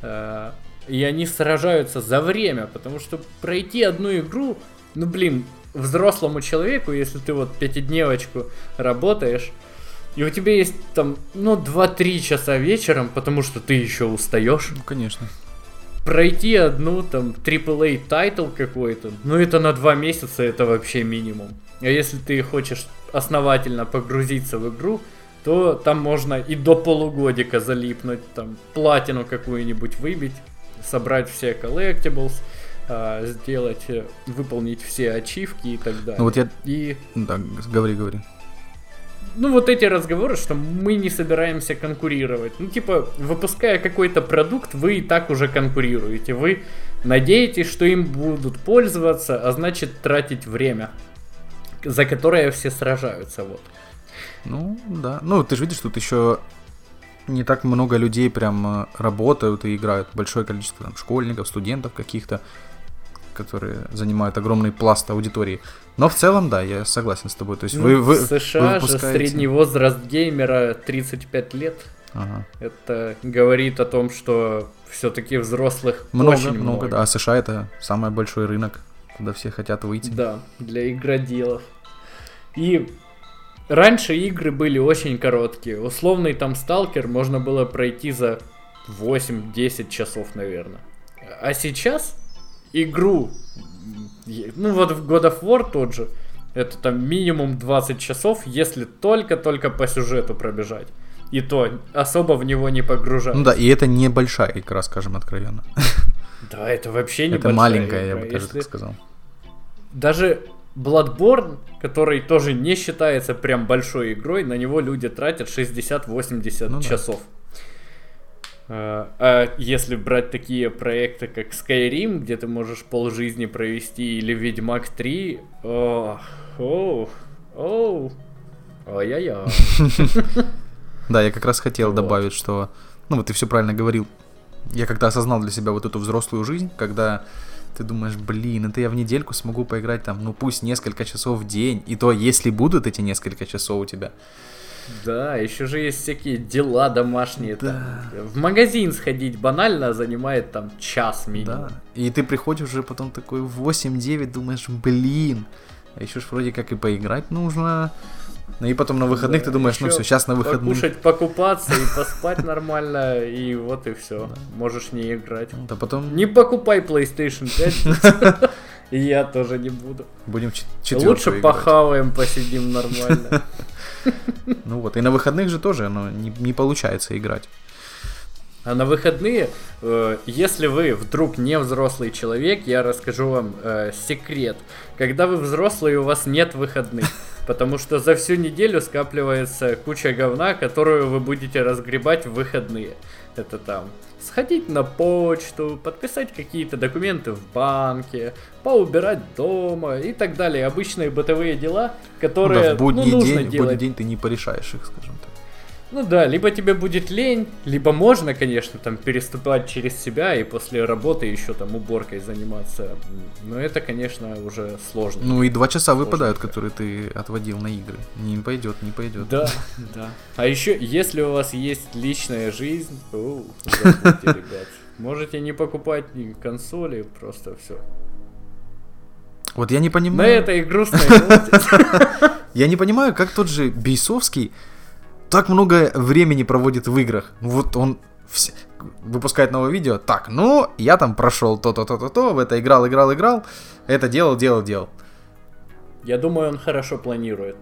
и они сражаются за время, потому что пройти одну игру, ну блин, взрослому человеку, если ты вот пятидневочку работаешь, и у тебя есть там, ну, 2-3 часа вечером, потому что ты еще устаешь. Ну, конечно. Пройти одну там AAA тайтл какой-то, ну это на 2 месяца, это вообще минимум. А если ты хочешь основательно погрузиться в игру, то там можно и до полугодика залипнуть, там платину какую-нибудь выбить, собрать все collectibles, сделать, выполнить все ачивки и так далее. Ну вот И... Да, говори. Ну вот эти разговоры, что мы не собираемся конкурировать. Ну типа, выпуская какой-то продукт, вы и так уже конкурируете. Вы надеетесь, что им будут пользоваться, а значит тратить время, за которое все сражаются, вот. Ну, да. Ну, ты же видишь, тут еще не так много людей прям работают и играют. Большое количество там школьников, студентов каких-то, которые занимают огромный пласт аудитории. Но в целом, да, я согласен с тобой. То есть ну, вы в США выпускаете... же средний возраст геймера 35 лет. Ага. Это говорит о том, что все-таки взрослых много, очень много. Да. А США это самый большой рынок, куда все хотят выйти. Да, для игроделов. И раньше игры были очень короткие. Условный там сталкер можно было пройти за 8-10 часов, наверное. А сейчас игру, ну вот в God of War тот же, это там минимум 20 часов, если только по сюжету пробежать. И то особо в него не погружаться. Ну да, и это небольшая игра, скажем откровенно. Да, это вообще не это маленькая, я бы даже так сказал. Даже Bloodborne, который тоже не считается прям большой игрой, на него люди тратят 60-80 часов. А если брать такие проекты, как Skyrim, где ты можешь полжизни провести, или Ведьмак 3, ой-яй-яй. Да, я как раз хотел добавить, что, ну вот ты все правильно говорил, я когда осознал для себя вот эту взрослую жизнь, когда ты думаешь, блин, это я в недельку смогу поиграть там, ну пусть несколько часов в день, и то если будут эти несколько часов у тебя. Да, еще же есть всякие дела домашние. Да. Там. В магазин сходить банально занимает там час минимум. Да, и ты приходишь уже потом такой в 8-9, думаешь, блин, а еще ж вроде как и поиграть нужно. Ну и потом на выходных ты думаешь, ну все, сейчас на выходных. Покушать, покупаться и поспать нормально, и вот и все. Можешь не играть. Да потом... Не покупай PlayStation 5, и я тоже не буду. Будем четвертую Лучше играть. похаваем, посидим нормально. Ну вот, и на выходных же тоже не получается играть. А на выходные, если вы вдруг не взрослый человек, я расскажу вам секрет. Когда вы взрослый, у вас нет выходных. Потому что за всю неделю скапливается куча говна, которую вы будете разгребать в выходные. Это там сходить на почту, подписать какие-то документы в банке, поубирать дома и так далее. Обычные бытовые дела, которые в будний нужно делать. В будний день ты не порешаешь их, скажем так. Ну да, либо тебе будет лень, либо можно, конечно, там переступать через себя и после работы еще там уборкой заниматься. Но это, конечно, уже сложно. Ну и 2 часа выпадают, которые ты отводил на игры. Не пойдет. Да, да. А еще, если у вас есть личная жизнь, забудьте, ребят. Можете не покупать ни консоли, просто все. Вот я не понимаю... На этой грустной ноте. Я не понимаю, как тот же Бейсовский так много времени проводит в играх. Вот он выпускает новое видео. Так, ну, я там прошел то-то, в это играл. Это делал. Я думаю, он хорошо планирует.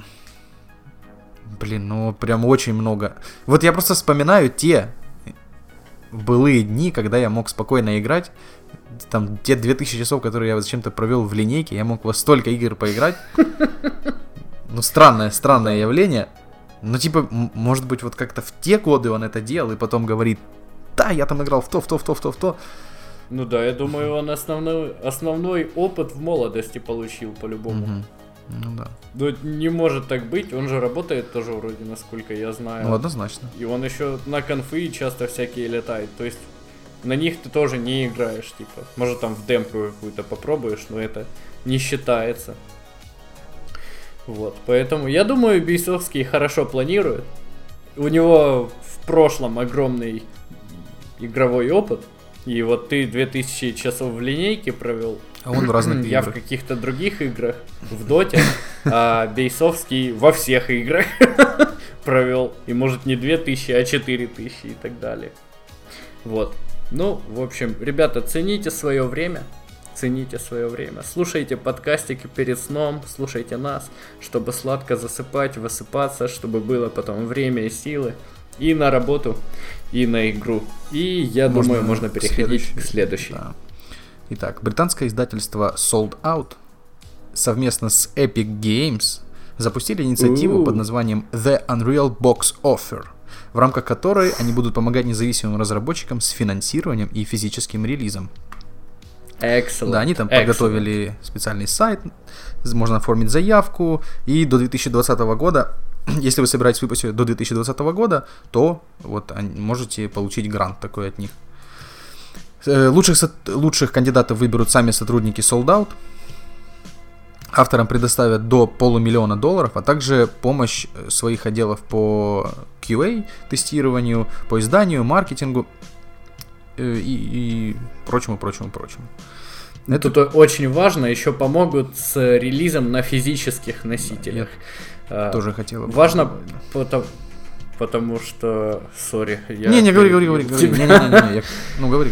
Блин, ну прям очень много. Вот я просто вспоминаю те былые дни, когда я мог спокойно играть. Там те 2000 часов, которые я зачем-то провел в линейке, я мог во столько игр поиграть. Ну, странное явление. Ну, типа, может быть, вот как-то в те годы он это делал, и потом говорит, да, я там играл в то. Ну да, я думаю, он основной опыт в молодости получил по-любому. Угу. Ну да. Но не может так быть, он же работает тоже вроде, насколько я знаю. Ну, однозначно. И он еще на конфы часто всякие летает, то есть на них ты тоже не играешь, типа. Может там в демку какую-то попробуешь, но это не считается. Вот, поэтому я думаю, Ubisoft хорошо планирует. У него в прошлом огромный игровой опыт. И вот ты 2000 часов в линейке провел. А он в разных играх. Я в каких-то других играх, в Доте, а Бейсовский во всех играх провел. И может не 2000, а 4000 и так далее. Вот. Ну, в общем, ребята, цените свое время. Цените свое время. Слушайте подкастики перед сном, слушайте нас, чтобы сладко засыпать, высыпаться, чтобы было потом время и силы и на работу, и на игру. И я думаю, можно переходить к следующей. Да. Итак, британское издательство Sold Out совместно с Epic Games запустили инициативу под названием The Unreal Box Offer, в рамках которой они будут помогать независимым разработчикам с финансированием и физическим релизом. Excellent. Да, они там подготовили специальный сайт, можно оформить заявку, и до 2020 года, если вы собираетесь выпустить до 2020 года, то вот можете получить грант такой от них. Лучших кандидатов выберут сами сотрудники Sold Out. Авторам предоставят до $500 000, а также помощь своих отделов по QA, тестированию, по изданию, маркетингу и прочему. Это тут очень важно, еще помогут с релизом на физических носителях. Я тоже хотел бы. Важно, потому что... Сори, я... Не, говори. Ну, говори.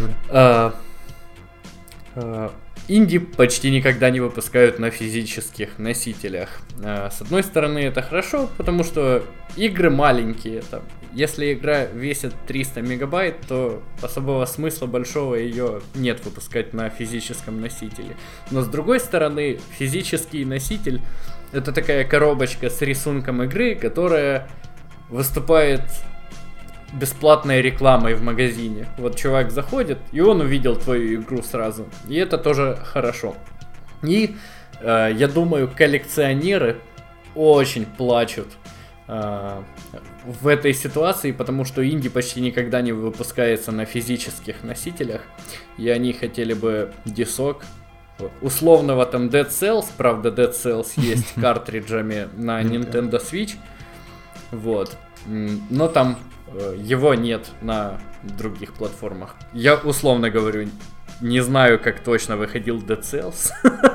Инди почти никогда не выпускают на физических носителях. С одной стороны, это хорошо, потому что игры маленькие. Если игра весит 300 мегабайт, то особого смысла большого ее нет выпускать на физическом носителе. Но с другой стороны, физический носитель — это такая коробочка с рисунком игры, которая выступает бесплатной рекламой в магазине. Вот чувак заходит, и он увидел твою игру сразу. И это тоже хорошо. И я думаю, коллекционеры очень плачут в этой ситуации, потому что инди почти никогда не выпускается на физических носителях. И они хотели бы дисок условного там Dead Cells. Правда, Dead Cells есть картриджами на Nintendo Switch. Вот. Но там его нет на других платформах. Я условно говорю, не знаю, как точно выходил Dead Cells,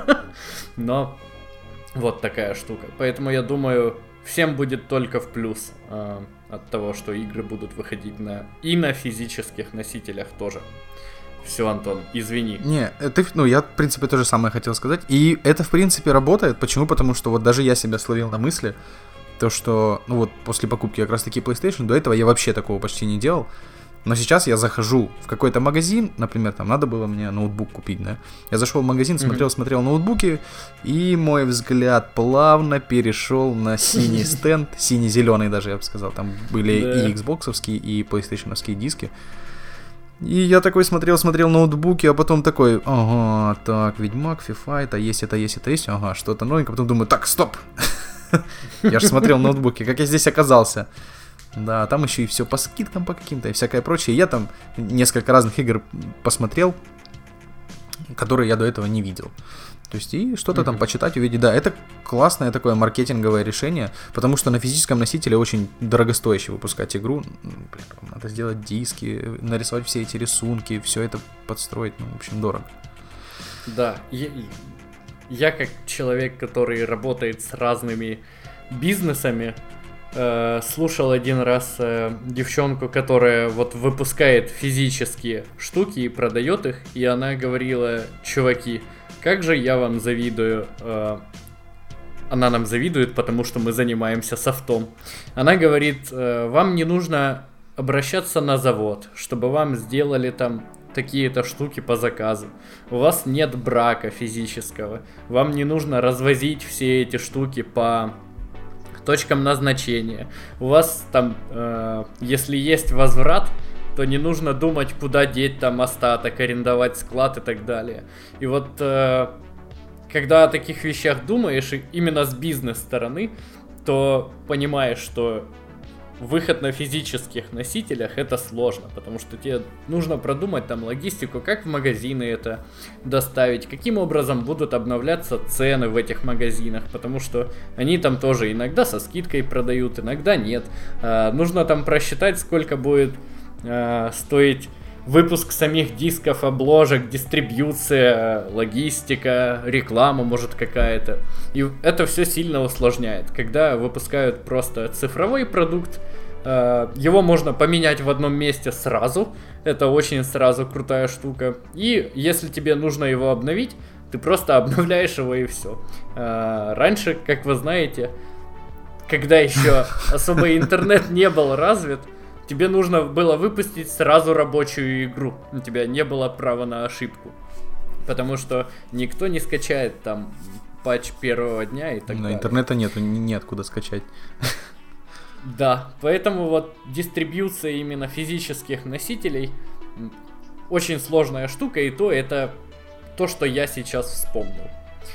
но вот такая штука. Поэтому я думаю, всем будет только в плюс от того, что игры будут выходить и на физических носителях тоже. Все, Антон, извини. Не, я, в принципе, то же самое хотел сказать. И это, в принципе, работает. Почему? Потому что вот даже я себя словил на мысли, то, что, после покупки как раз-таки PlayStation, до этого я вообще такого почти не делал. Но сейчас я захожу в какой-то магазин, например, там надо было мне ноутбук купить, да? Я зашел в магазин, смотрел ноутбуки, и мой взгляд плавно перешел на синий стенд, синий-зеленый даже, я бы сказал. Там были и Xbox-овские, и PlayStation-овские диски. И я такой смотрел ноутбуки, а потом такой, ага, так, Ведьмак, FIFA, это есть, ага, что-то новенькое. Потом думаю, так, стоп! Я же смотрел ноутбуки, как я здесь оказался. Да, там еще и все по скидкам по каким-то и всякое прочее. Я там несколько разных игр посмотрел, которые я до этого не видел. То есть и что-то там почитать, увидеть. Да, это классное такое маркетинговое решение, потому что на физическом носителе очень дорогостояще выпускать игру. Надо сделать диски, нарисовать все эти рисунки, все это подстроить, в общем, дорого. Да, я как человек, который работает с разными бизнесами, слушал один раз девчонку, которая вот выпускает физические штуки и продает их, и она говорила: чуваки, как же я вам завидую. Она нам завидует, потому что мы занимаемся софтом. Она говорит: вам не нужно обращаться на завод, чтобы вам сделали там такие-то штуки по заказу. У вас нет брака физического. Вам не нужно развозить все эти штуки по точкам назначения. У вас там, если есть возврат, то не нужно думать, куда деть там остаток, арендовать склад и так далее. И вот когда о таких вещах думаешь, именно с бизнес-стороны, то понимаешь, что выход на физических носителях это сложно, потому что тебе нужно продумать там логистику, как в магазины это доставить, каким образом будут обновляться цены в этих магазинах, потому что они там тоже иногда со скидкой продают, иногда нет. Нужно там просчитать, сколько будет стоить выпуск самих дисков, обложек, дистрибьюция, логистика, реклама может какая-то. И это все сильно усложняет. Когда выпускают просто цифровой продукт, его можно поменять в одном месте сразу. Это очень сразу крутая штука. И если тебе нужно его обновить, ты просто обновляешь его и все. Раньше, как вы знаете, когда еще особо интернет не был развит, тебе нужно было выпустить сразу рабочую игру. У тебя не было права на ошибку. Потому что никто не скачает там патч первого дня и так далее. Но интернета нету, неоткуда скачать. Да, поэтому вот дистрибьюция именно физических носителей очень сложная штука, и это то, что я сейчас вспомнил.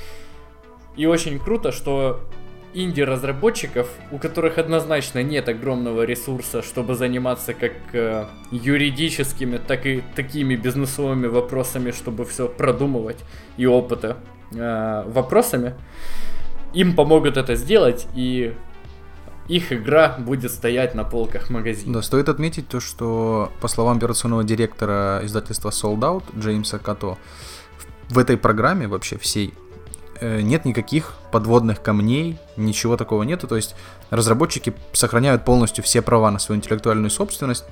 И очень круто, что инди-разработчиков, у которых однозначно нет огромного ресурса, чтобы заниматься как юридическими, так и такими бизнесовыми вопросами, чтобы все продумывать, и опыта вопросами, им помогут это сделать, и их игра будет стоять на полках магазина. Да, стоит отметить то, что, по словам операционного директора издательства Sold Out Джеймса Като, в этой программе вообще всей нет никаких подводных камней, ничего такого нету, то есть разработчики сохраняют полностью все права на свою интеллектуальную собственность.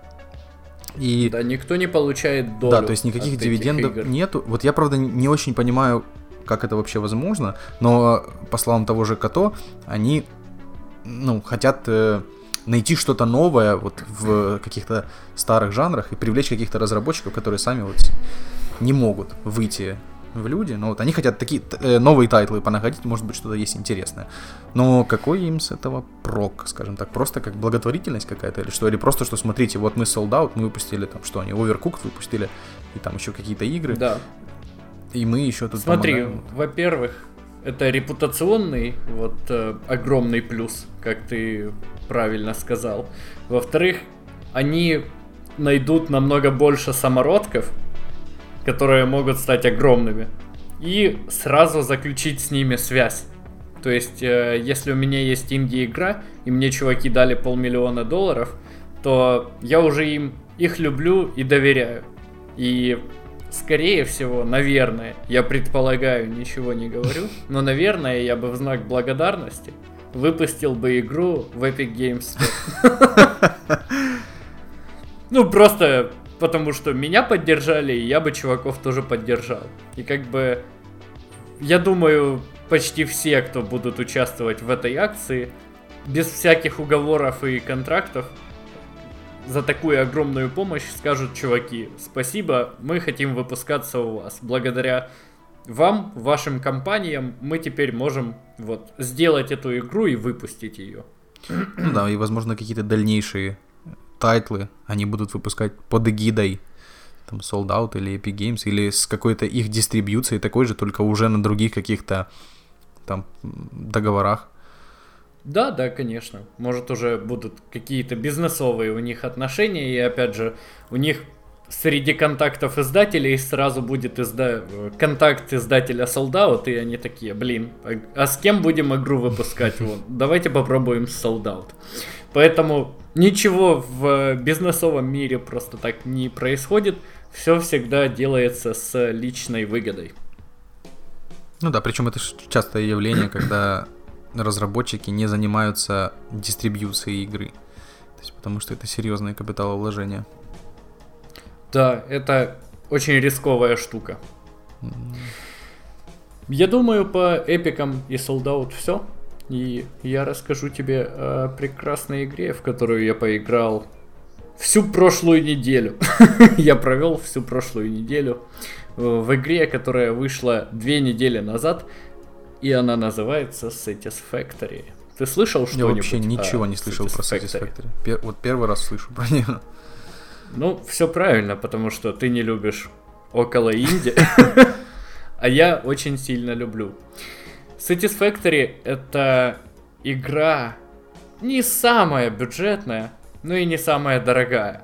И... Да, никто не получает долю. Да, то есть никаких дивидендов нету. Вот я, правда, не очень понимаю, как это вообще возможно, но, по словам того же Като, они хотят найти что-то новое вот в каких-то старых жанрах и привлечь каких-то разработчиков, которые сами вот не могут выйти в люди, но вот они хотят такие новые тайтлы понаходить, может быть, что-то есть интересное. Но какой им с этого прок, скажем так, просто как благотворительность какая-то или что? Или просто, что смотрите, вот мы Sold Out, мы выпустили там, что они, Overcooked выпустили, и там еще какие-то игры. Да. И мы еще тут Смотри, помогаем. Во-первых, это репутационный огромный плюс, как ты правильно сказал. Во-вторых, они найдут намного больше самородков, которые могут стать огромными, и сразу заключить с ними связь. То есть, если у меня есть инди-игра, и мне чуваки дали $500 000, то я уже их люблю и доверяю. И, скорее всего, наверное, я предполагаю, ничего не говорю, но, наверное, я бы в знак благодарности выпустил бы игру в Epic Games Store. Просто... Потому что меня поддержали, и я бы чуваков тоже поддержал. И я думаю, почти все, кто будут участвовать в этой акции, без всяких уговоров и контрактов, за такую огромную помощь скажут: чуваки, спасибо, мы хотим выпускаться у вас. Благодаря вам, вашим компаниям, мы теперь можем сделать эту игру и выпустить ее. Да, и, возможно, какие-то дальнейшие тайтлы они будут выпускать под эгидой там Sold Out или Epic Games, или с какой-то их дистрибьюцией такой же, только уже на других каких-то там договорах. Да, конечно. Может, уже будут какие-то бизнесовые у них отношения, и опять же, у них среди контактов издателей сразу будет контакт издателя Sold Out, и они такие: блин, а с кем будем игру выпускать? Давайте попробуем с Sold Out. Поэтому ничего в бизнесовом мире просто так не происходит. Все всегда делается с личной выгодой. Да, причем это частое явление, когда разработчики не занимаются дистрибьюцией игры. То есть, потому что это серьезное капиталовложение. Да, это очень рисковая штука. Я думаю, по эпикам и Sold Out все. И я расскажу тебе о прекрасной игре, в которую я поиграл всю прошлую неделю. Я провел всю прошлую неделю в игре, которая вышла 2 недели назад, и она называется Satisfactory. Ты слышал что-нибудь? Я вообще ничего не слышал про Satisfactory. Вот первый раз слышу про нее. Все правильно, потому что ты не любишь около инди, а я очень сильно люблю. Satisfactory — это игра, не самая бюджетная, но и не самая дорогая.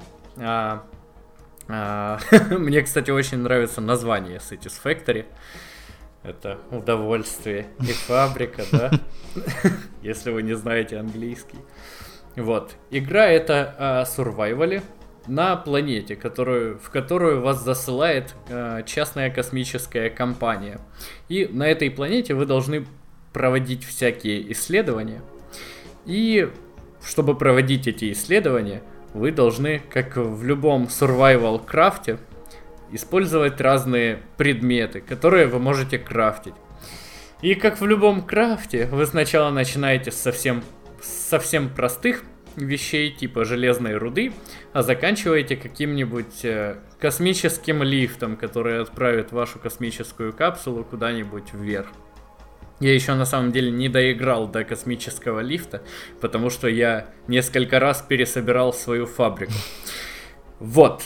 Мне, кстати, очень нравится название Satisfactory. Это удовольствие и фабрика, да? Если вы не знаете английский. Вот. Игра это о сурвайвале на планете, в которую вас засылает частная космическая компания. И на этой планете вы должны проводить всякие исследования. И чтобы проводить эти исследования, вы должны, как в любом survival крафте, использовать разные предметы, которые вы можете крафтить. И как в любом крафте, вы сначала начинаете с совсем простых вещей, типа железной руды, а заканчиваете каким-нибудь космическим лифтом, который отправит вашу космическую капсулу куда-нибудь вверх. Я еще на самом деле не доиграл до космического лифта, потому что я несколько раз пересобирал свою фабрику. Вот.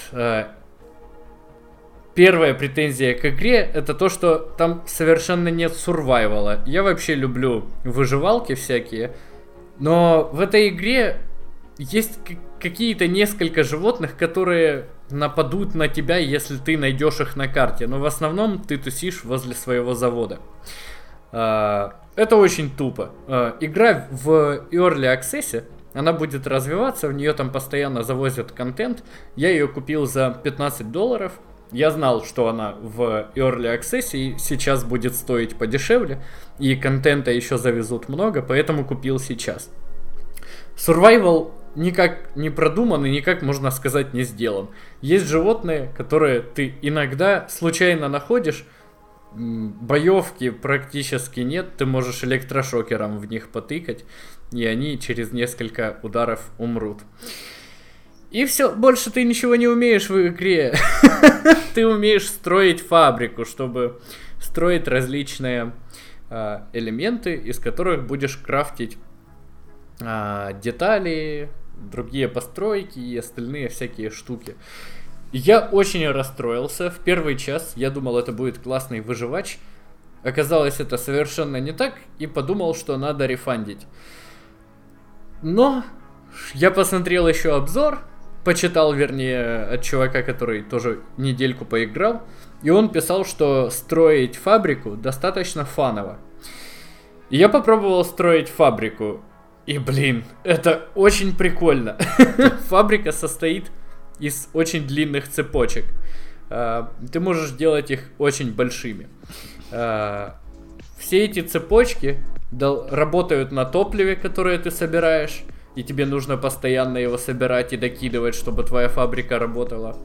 Первая претензия к игре это то, что там совершенно нет сурвайвала. Я вообще люблю выживалки всякие, но в этой игре есть какие-то несколько животных, которые нападут на тебя, если ты найдешь их на карте. Но в основном ты тусишь возле своего завода. Это очень тупо. Игра в Early Access, она будет развиваться, в нее там постоянно завозят контент. Я ее купил за $15. Я знал, что она в Early Access и сейчас будет стоить подешевле. И контента еще завезут много, поэтому купил сейчас. Survival никак не продуман и никак, можно сказать, не сделан. Есть животные, которые ты иногда случайно находишь. Боевки практически нет, ты можешь электрошокером в них потыкать, и они через несколько ударов умрут. И все, больше ты ничего не умеешь в игре. Ты умеешь строить фабрику, чтобы строить различные элементы, из которых будешь крафтить детали, другие постройки и остальные всякие штуки. Я очень расстроился. В первый час я думал, это будет классный выживач. Оказалось, это совершенно не так. И подумал, что надо рефандить. Но я посмотрел еще обзор. Почитал, вернее, от чувака, который тоже недельку поиграл. И он писал, что строить фабрику достаточно фаново. И я попробовал строить фабрику. И, блин, это очень прикольно. Фабрика состоит из очень длинных цепочек. Ты можешь делать их очень большими. Все эти цепочки работают на топливе, которое ты собираешь, и тебе нужно постоянно его собирать и докидывать, чтобы твоя фабрика работала.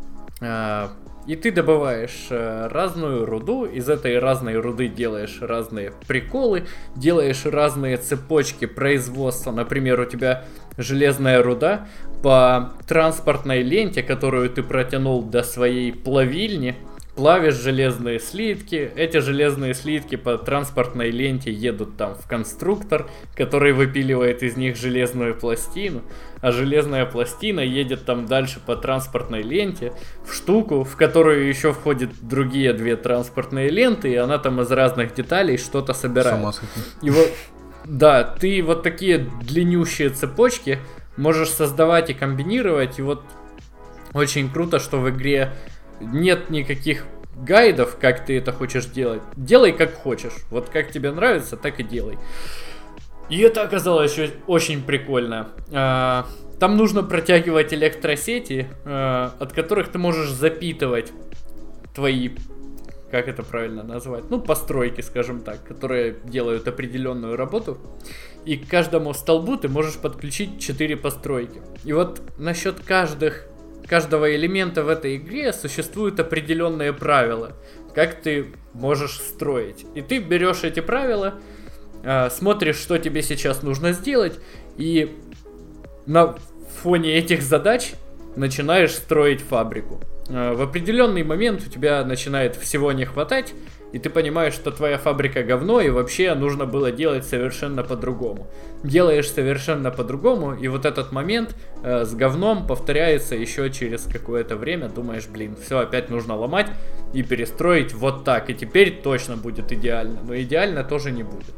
И ты добываешь разную руду, из этой разной руды делаешь разные приколы, делаешь разные цепочки производства. Например, у тебя железная руда по транспортной ленте, которую ты протянул до своей плавильни, плавишь железные слитки. Эти железные слитки по транспортной ленте едут там в конструктор, который выпиливает из них железную пластину, а железная пластина едет там дальше по транспортной ленте в штуку, в которую еще входят другие две транспортные ленты, и она там из разных деталей что-то собирает. И вот, да, ты вот такие длиннющие цепочки можешь создавать и комбинировать, и вот очень круто, что в игре нет никаких гайдов, как ты это хочешь делать. Делай как хочешь. Вот как тебе нравится, так и делай. И это оказалось очень прикольно. Там нужно протягивать электросети, от которых ты можешь запитывать твои, как это правильно назвать, постройки, скажем так, которые делают определенную работу. И к каждому столбу ты можешь подключить 4 постройки. И вот насчет каждого элемента в этой игре существуют определенные правила, как ты можешь строить. И ты берешь эти правила, смотришь, что тебе сейчас нужно сделать, и на фоне этих задач начинаешь строить фабрику. В определенный момент у тебя начинает всего не хватать, и ты понимаешь, что твоя фабрика говно, и вообще нужно было делать совершенно по-другому. Делаешь совершенно по-другому, и вот этот момент с говном повторяется еще через какое-то время. Думаешь, блин, все опять нужно ломать и перестроить вот так, и теперь точно будет идеально. Но идеально тоже не будет.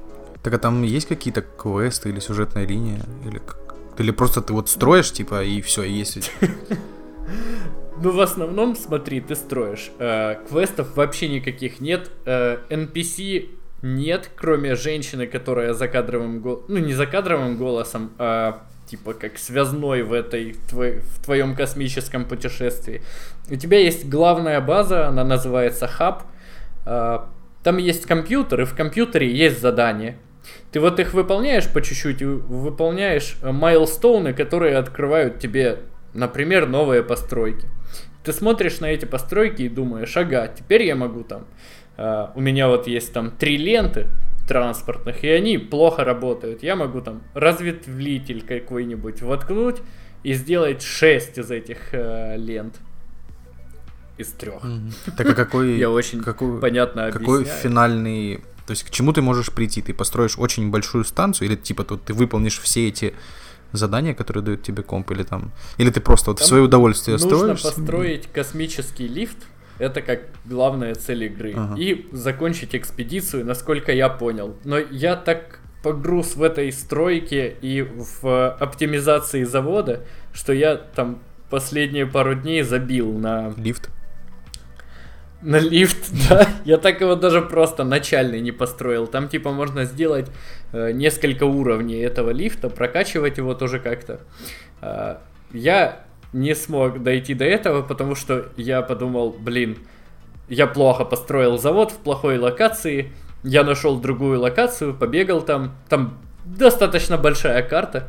Так а там есть какие-то квесты или сюжетная линия? Или просто ты вот строишь, типа, и все, и есть... Ну, в основном, смотри, ты строишь. Квестов вообще никаких нет. NPC нет, кроме женщины, которая закадровым голосом... Ну, не закадровым голосом, а типа как связной в твоем космическом путешествии. У тебя есть главная база, она называется хаб. Там есть компьютер, и в компьютере есть задания. Ты вот их выполняешь по чуть-чуть, выполняешь майлстоуны, которые открывают тебе, например, новые постройки. Ты смотришь на эти постройки и думаешь, ага, теперь я могу там... у меня вот есть там 3 ленты транспортных, и они плохо работают. Я могу там разветвлитель какой-нибудь воткнуть и сделать 6 из этих лент. Из 3. Так а какой... Я очень понятно объясняю. Какой финальный... То есть к чему ты можешь прийти? Ты построишь очень большую станцию, или типа тут ты выполнишь все эти задания, которые дают тебе комп, или там... Или ты просто вот в свое удовольствие строишь? Нужно построить космический лифт. Это как главная цель игры. И закончить экспедицию, насколько я понял. Но я так погруз в этой стройке и в оптимизации завода, что я там последние пару дней забил на... Лифт? На лифт, да. Я так его даже просто начальный не построил. Там типа можно сделать несколько уровней этого лифта, прокачивать его тоже как-то. Я не смог дойти до этого, потому что я подумал, я плохо построил завод в плохой локации. Я нашел другую локацию, побегал там. Там достаточно большая карта.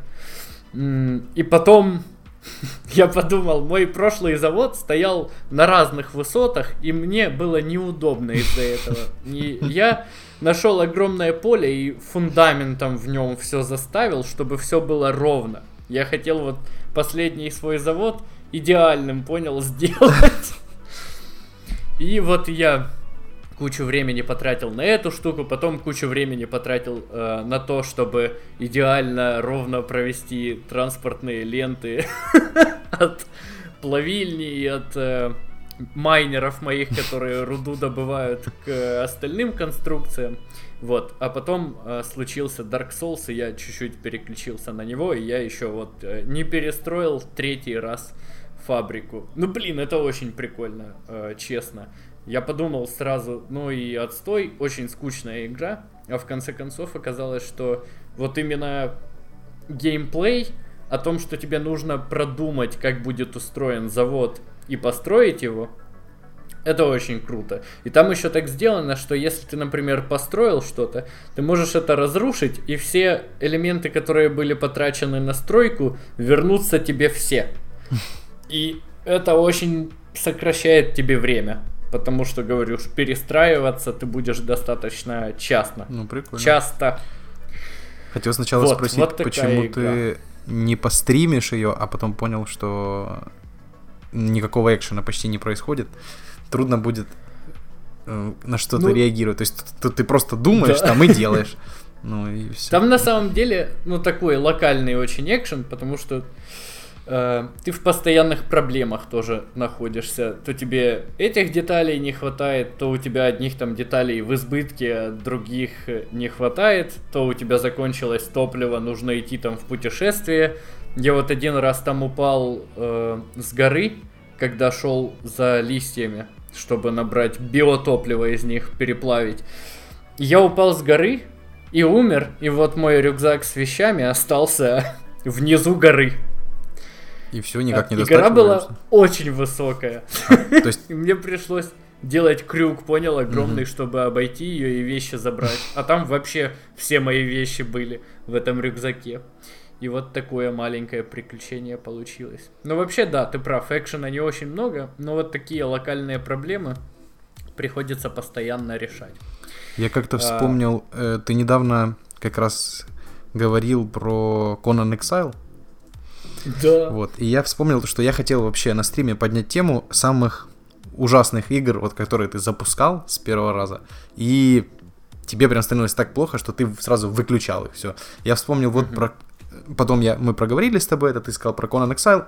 И потом... Я подумал, мой прошлый завод стоял на разных высотах, и мне было неудобно из-за этого. И я нашел огромное поле и фундаментом в нем все заставил, чтобы все было ровно. Я хотел вот последний свой завод идеальным, сделать. И вот я кучу времени потратил на эту штуку, потом кучу времени потратил на то, чтобы идеально ровно провести транспортные ленты от плавильни и от майнеров моих, которые руду добывают, к остальным конструкциям. Вот, а потом случился Dark Souls, и я чуть-чуть переключился на него, и я еще вот не перестроил 3-й раз фабрику. Ну блин, это очень прикольно, честно. Я подумал сразу, ну и отстой, очень скучная игра, а в конце концов оказалось, что вот именно геймплей о том, что тебе нужно продумать, как будет устроен завод и построить его, это очень круто. И там еще так сделано, что если ты, например, построил что-то, ты можешь это разрушить, и все элементы, которые были потрачены на стройку, вернутся тебе все. И это очень сокращает тебе время. Потому что, говорю, перестраиваться ты будешь достаточно часто. Ну, прикольно. Часто. Хотел сначала спросить, вот почему ты не постримишь ее, а потом понял, что никакого экшена почти не происходит. Трудно будет на что-то реагировать. То есть тут ты просто думаешь там и делаешь. Ну и все. Там на самом деле, такой локальный очень экшен, потому что ты в постоянных проблемах тоже находишься. То тебе этих деталей не хватает, то у тебя одних там деталей в избытке, а других не хватает, то у тебя закончилось топливо, нужно идти там в путешествие. Я вот один раз там упал с горы, когда шел за листьями, чтобы набрать биотопливо из них, переплавить. Я упал с горы и умер, и вот мой рюкзак с вещами остался внизу горы. И все, никак не достать. Гора была очень высокая. То есть... И мне пришлось делать крюк, понял, огромный, чтобы обойти ее и вещи забрать. А там вообще все мои вещи были в этом рюкзаке. И вот такое маленькое приключение получилось. Ну вообще, да, ты прав, экшена не очень много, но вот такие локальные проблемы приходится постоянно решать. Я как-то вспомнил, ты недавно как раз говорил про Conan Exile. Да. Вот. И я вспомнил, что я хотел вообще на стриме поднять тему самых ужасных игр, вот, которые ты запускал с первого раза, и тебе прям становилось так плохо, что ты сразу выключал их, все. Я вспомнил вот про... Потом мы проговорили с тобой это, ты сказал про Conan Exile.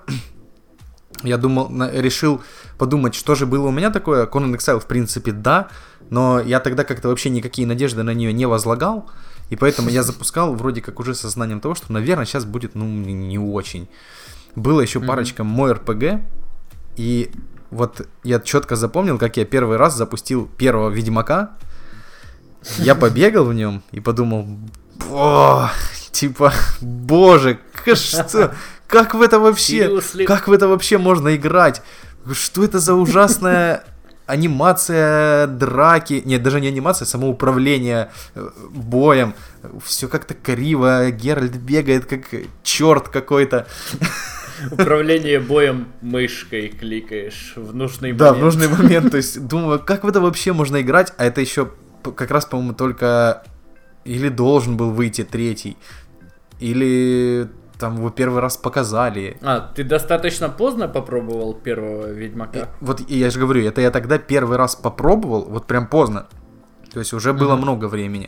Я решил подумать, что же было у меня такое. Conan Exile, в принципе, да, но я тогда как-то вообще никакие надежды на нее не возлагал. И поэтому я запускал вроде как уже со знанием того, что, наверное, сейчас будет, ну, не очень. Было еще парочка мой РПГ, и вот я четко запомнил, как я первый раз запустил первого Ведьмака. Я побегал в нем и подумал, типа, боже, что, как в это вообще можно играть? Что это за ужасная анимация драки? Нет, даже не анимация, самоуправление боем. Все как-то криво, Геральт бегает как черт какой-то. Управление боем мышкой кликаешь в нужный момент. Да, в нужный момент. То есть думаю, как в это вообще можно играть? А это еще как раз, по-моему, только или должен был выйти третий, или там его первый раз показали. А, ты достаточно поздно попробовал первого Ведьмака? Вот и я же говорю, это я тогда первый раз попробовал, вот прям поздно. То есть уже было много времени.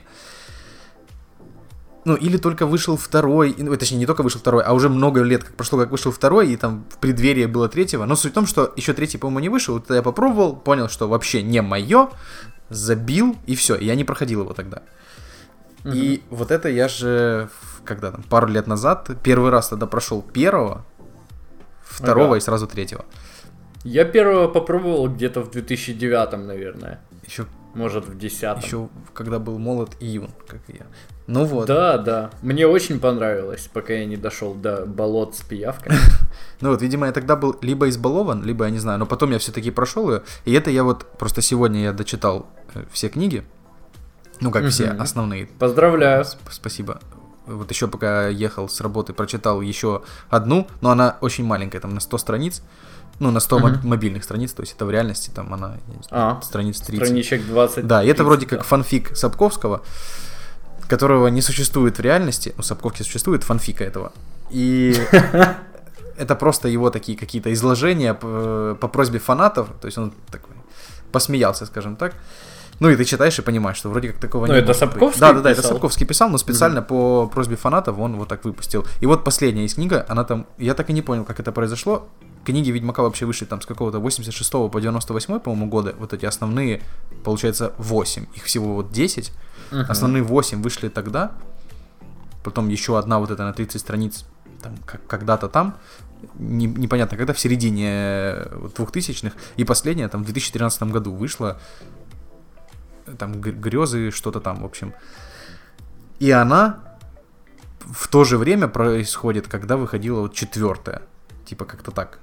Ну, или только вышел второй, ну, точнее, не только вышел второй, а уже много лет как прошло, как вышел второй, и там в преддверии было третьего. Но суть в том, что еще третий, по-моему, не вышел, вот я попробовал, понял, что вообще не мое, забил, и все, я не проходил его тогда. И вот это я же, когда там, пару лет назад, первый раз тогда прошел первого, второго и сразу третьего. Я первого попробовал где-то в 2009, наверное. Еще, может, в 10. Еще когда был молод и юн, как и я. Ну вот. Да. Мне очень понравилось, пока я не дошел до болот с пиявками. Ну вот, видимо, я тогда был либо избалован, либо я не знаю, но потом я все-таки прошел ее. И это я вот, просто сегодня я дочитал все книги. Ну, как все основные. Поздравляю. Спасибо. Вот еще пока ехал с работы, прочитал еще одну, но она очень маленькая, там на 100 страниц. Ну, на 100 мобильных страниц, то есть это в реальности, там она, страниц 30. Страничек 20. Да, и это вроде как фанфик Сапковского, которого не существует в реальности. Ну, Сапковский существует, фанфика этого. И это просто его такие какие-то изложения по просьбе фанатов, то есть он такой посмеялся, скажем так. Ну и ты читаешь и понимаешь, что вроде как такого не было. Ну это Сапковский писал? Да, это Сапковский писал, но специально по просьбе фанатов он вот так выпустил. И вот последняя из книга, она там, я так и не понял, как это произошло. Книги Ведьмака вообще вышли там с какого-то 86 по 98, по-моему, года. Вот эти основные, получается, 8. Их всего вот 10. Основные 8 вышли тогда. Потом еще одна вот эта на 30 страниц там, когда-то там. Непонятно, когда, в середине 2000-х. И последняя там в 2013 году вышла. Там грезы, что-то там, в общем. И она в то же время происходит, когда выходила вот 4-я. Типа как-то так.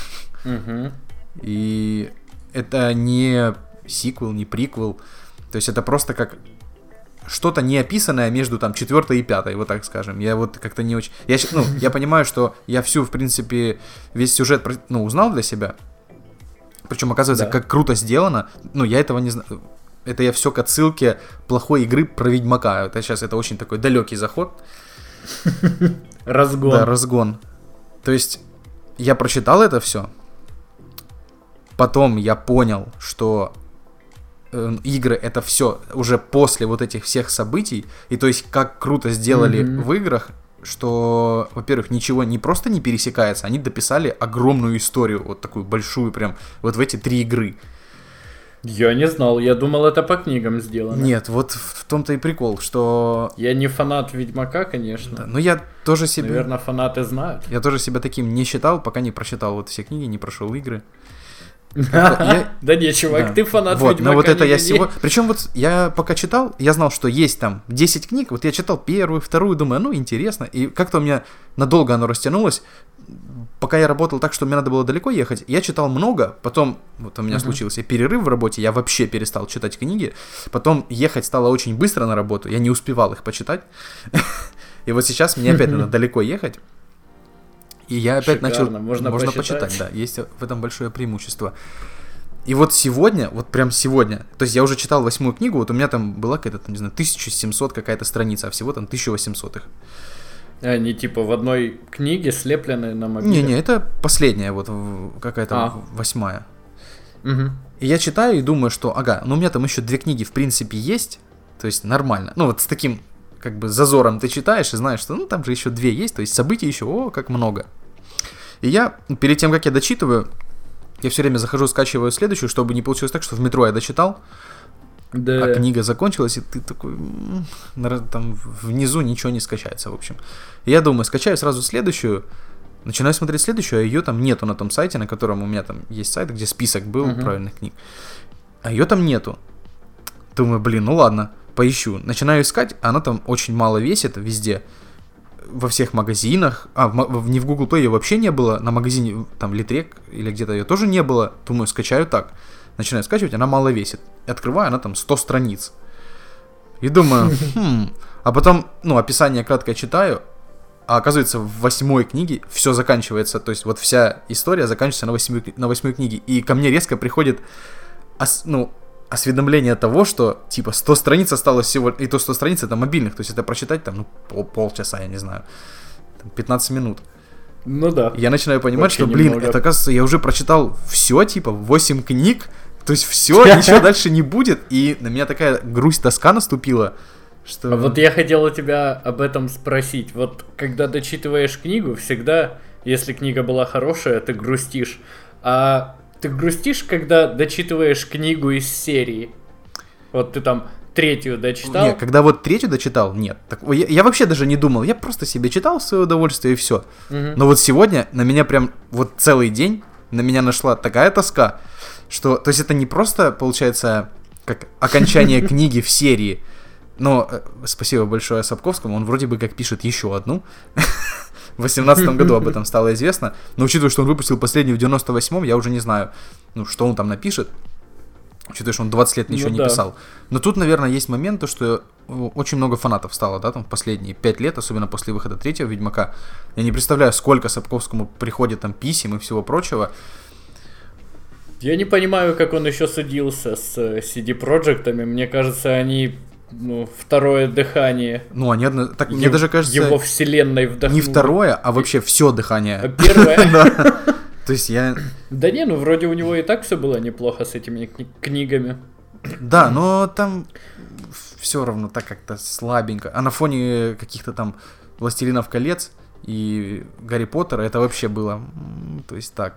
И это не сиквел, не приквел. То есть это просто как что-то неописанное между там 4-й и 5-й, вот так скажем. Я вот как-то не очень... Я понимаю, что я всю, в принципе, весь сюжет узнал для себя. Причем, оказывается, как круто сделано. Ну, я этого не знаю. Это я все к отсылке плохой игры про Ведьмака. Это сейчас это очень такой далекий заход. Разгон. Да, разгон. То есть я прочитал это все. Потом я понял, что игры это все уже после вот этих всех событий. И то есть как круто сделали в играх, что, во-первых, ничего не просто не пересекается, они дописали огромную историю, вот такую большую прям, вот в эти 3 игры. Я не знал, я думал, это по книгам сделано. Нет, вот в том-то и прикол, что... Я не фанат Ведьмака, конечно. Да, но я тоже себя... Наверное, фанаты знают. Я тоже себя таким не считал, пока не прочитал вот все книги, не прошел игры. Да не, чувак, ты фанат Ведьмака. Но вот это я всего... Причем вот я пока читал, я знал, что есть там 10 книг, вот я читал первую, вторую, думаю, ну интересно. И как-то у меня надолго оно растянулось. Пока я работал так, что мне надо было далеко ехать, я читал много, потом вот у меня случился перерыв в работе, я вообще перестал читать книги, потом ехать стало очень быстро на работу, я не успевал их почитать, и вот сейчас мне опять надо далеко ехать, и я опять начал... Можно почитать, да, есть в этом большое преимущество. И вот сегодня, вот прям сегодня, то есть я уже читал 8-ю книгу, вот у меня там была какая-то, там, не знаю, 1700 какая-то страница, а всего там 1800 их. Они типа в одной книге слеплены на мобиле? Не, это последняя, вот какая-то 8-я. И я читаю и думаю, что, ну у меня там еще 2 книги в принципе есть, то есть нормально. Ну вот с таким как бы зазором ты читаешь и знаешь, что ну там же еще 2 есть, то есть событий еще, как много. И я, перед тем, как я дочитываю, я все время захожу, скачиваю следующую, чтобы не получилось так, что в метро я дочитал, Да. А книга закончилась, и ты такой, там внизу ничего не скачается, в общем. И я думаю, скачаю сразу следующую, начинаю смотреть следующую, а ее там нету на том сайте, на котором у меня там есть сайт, где список был правильных книг. А ее там нету. Думаю, блин, ну ладно, поищу. Начинаю искать, а она там очень мало весит везде. Во всех магазинах. Не в Google Play ее вообще не было. На магазине, там, Литрек или где-то ее тоже не было. Думаю, скачаю так. Начинаю скачивать, она мало весит. И открываю, она там 100 страниц. И думаю, А потом, описание краткое читаю, а оказывается, в 8-й книге все заканчивается. То есть вот вся история заканчивается на 8-й книге. И ко мне резко приходит, осведомление того, что, типа, 100 страниц осталось всего, и то 100 страниц это мобильных, то есть это прочитать там, полчаса, я не знаю, 15 минут. Ну да. Я начинаю понимать, вообще что, блин, немного. это, оказывается, я уже прочитал все, типа, 8 книг, то есть все, ничего дальше не будет, и на меня такая грусть, тоска наступила, что... А вот я хотел у тебя об этом спросить. Вот когда дочитываешь книгу, всегда, если книга была хорошая, ты грустишь. А ты грустишь, когда дочитываешь книгу из серии? Вот ты там 3-ю дочитал? Нет, когда вот 3-ю дочитал, нет. Так, я вообще даже не думал, я просто себе читал в свое удовольствие и все. Но вот сегодня на меня прям вот целый день на меня нашла такая тоска, что, то есть это не просто, получается, как окончание книги в серии, но спасибо большое Сапковскому, он вроде бы как пишет еще одну. В 18 году об этом стало известно, но учитывая, что он выпустил последнюю в 98-м, я уже не знаю, что он там напишет, учитывая, что он 20 лет ничего не писал. Но тут, наверное, есть момент, то, что очень много фанатов стало, да, там в последние 5 лет, особенно после выхода 3-го Ведьмака. Я не представляю, сколько Сапковскому приходит там писем и всего прочего. Я не понимаю, как он еще судился с CD Projekt'ами. Мне кажется, они... второе дыхание. Они так мне даже кажется, его вселенной вдохнули. Не второе, а вообще все дыхание. А первое? То есть я... Да не, вроде у него и так все было неплохо с этими книгами. Да, но там все равно так как-то слабенько. А на фоне каких-то там «Властелинов колец» и «Гарри Поттера» это вообще было, то есть так.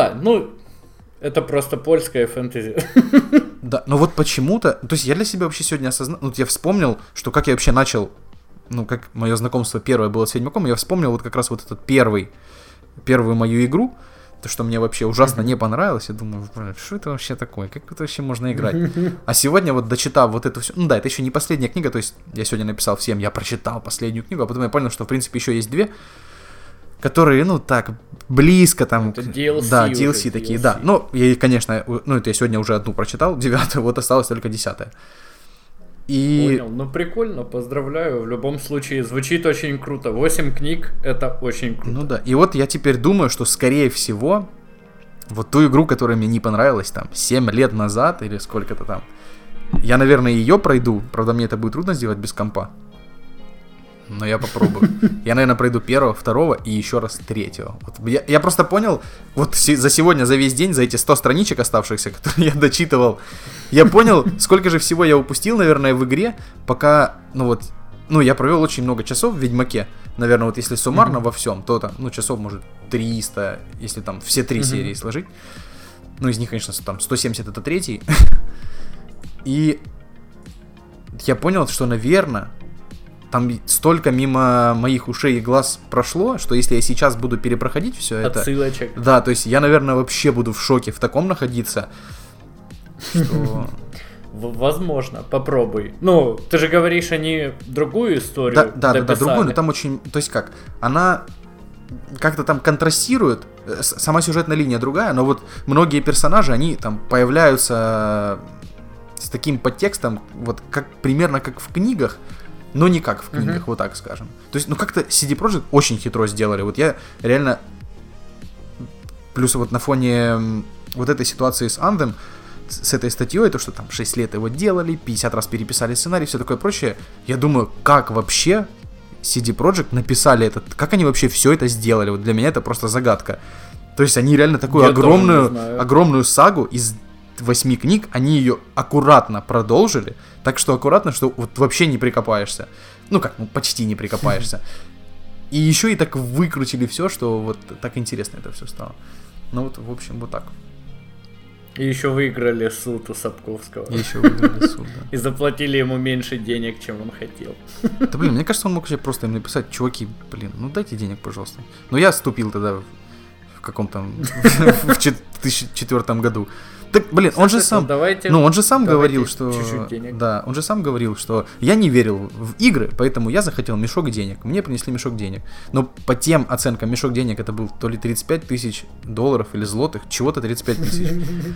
Это просто польская фэнтези. Да, но вот почему-то... То есть я для себя вообще сегодня осознал... я вспомнил, что как я вообще начал... как мое знакомство первое было с Ведьмаком, я вспомнил вот как раз вот этот первую мою игру, то, что мне вообще ужасно не понравилось. Я думаю, что это вообще такое? Как это вообще можно играть? А сегодня вот дочитав вот это все... это еще не последняя книга, то есть я сегодня написал всем, я прочитал последнюю книгу, а потом я понял, что в принципе еще есть 2, которые, так, близко там... Это DLC. Да, DLC такие, DLC. Да. Я, конечно, это я сегодня уже одну прочитал, 9-ю, вот осталась только 10-я. И... Понял, прикольно, поздравляю, в любом случае, звучит очень круто. 8 книг, это очень круто. Да, и вот я теперь думаю, что, скорее всего, вот ту игру, которая мне не понравилась, там, 7 лет назад, или сколько-то там, я, наверное, ее пройду, правда, мне это будет трудно сделать без компа. Но я попробую. Я, наверное, пройду 1-го, 2-го и еще раз 3-го. Вот я просто понял, вот за сегодня, за весь день, за эти 100 страничек оставшихся, которые я дочитывал, я понял, сколько же всего я упустил, наверное, в игре, пока, я провел очень много часов в Ведьмаке. Наверное, вот если суммарно во всем, то там, часов, может, 300, если там все 3 серии сложить. Из них, конечно, там 170 это 3-й. И я понял, что, наверное... Там столько мимо моих ушей и глаз прошло, что если я сейчас буду перепроходить все это... Отсылочек. Да, то есть я, наверное, вообще буду в шоке в таком находиться, что... Возможно, попробуй. Ты же говоришь, они другую историю Да, другую, но там очень... То есть как? Она как-то там контрастирует, сама сюжетная линия другая, но вот многие персонажи, они там появляются с таким подтекстом, вот как примерно как в книгах, но не как в книгах, вот так скажем. То есть, как-то CD Projekt очень хитро сделали. Вот я реально... Плюс вот на фоне вот этой ситуации с Anthem, с этой статьей, то, что там 6 лет его делали, 50 раз переписали сценарий, все такое прочее, я думаю, как вообще CD Projekt написали этот... Как они вообще все это сделали? Вот для меня это просто загадка. То есть они реально такую огромную сагу из 8 книг, они ее аккуратно продолжили, так что аккуратно, что вот вообще не прикопаешься. Почти не прикопаешься. И еще и так выкрутили все, что вот так интересно это все стало. В общем, вот так. И еще выиграли суд у Сапковского. И еще выиграли суд, да. И заплатили ему меньше денег, чем он хотел. Да, блин, мне кажется, он мог вообще просто им написать: чуваки, блин, ну дайте денег, пожалуйста. Но я вступил тогда в каком-то... в 2004 году. Так, блин, он же сам... он же сам говорил, что... Чуть-чуть денег. Да, он же сам говорил, что я не верил в игры, поэтому я захотел мешок денег. Мне принесли мешок денег. Но по тем оценкам мешок денег это был то ли 35 тысяч долларов или злотых, чего-то 35 тысяч.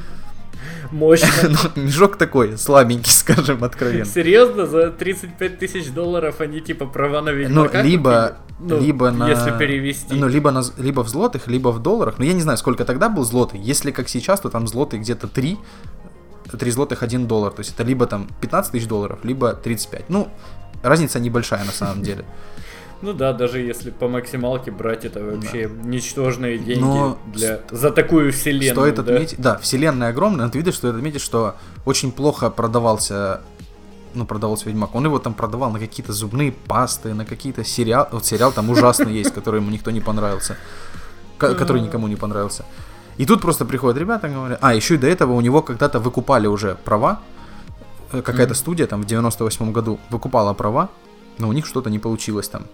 Мощно. Мешок такой, слабенький, скажем, откровенно. Серьезно? За 35 тысяч долларов они типа права на Ведьмака? Либо на... Если перевести. Либо в злотых, либо в долларах. Но я не знаю, сколько тогда был злотый. Если как сейчас, то там злотый где-то 3 злотых 1 доллар. То есть это либо там 15 тысяч долларов, либо 35. Ну, разница небольшая на самом деле. Ну да, даже если по максималке брать, это вообще ничтожные деньги за такую вселенную. Стоит отметить, да, вселенная огромная, но ты видишь, стоит отметить, что очень плохо продавался Ведьмак. Он его там продавал на какие-то зубные пасты, на какие-то сериалы. Вот сериал там ужасный есть, который ему никто не понравился. Который никому не понравился. И тут просто приходят ребята и говорят... еще и до этого у него когда-то выкупали уже права. Какая-то студия там в 98 году выкупала права, но у них что-то не получилось там.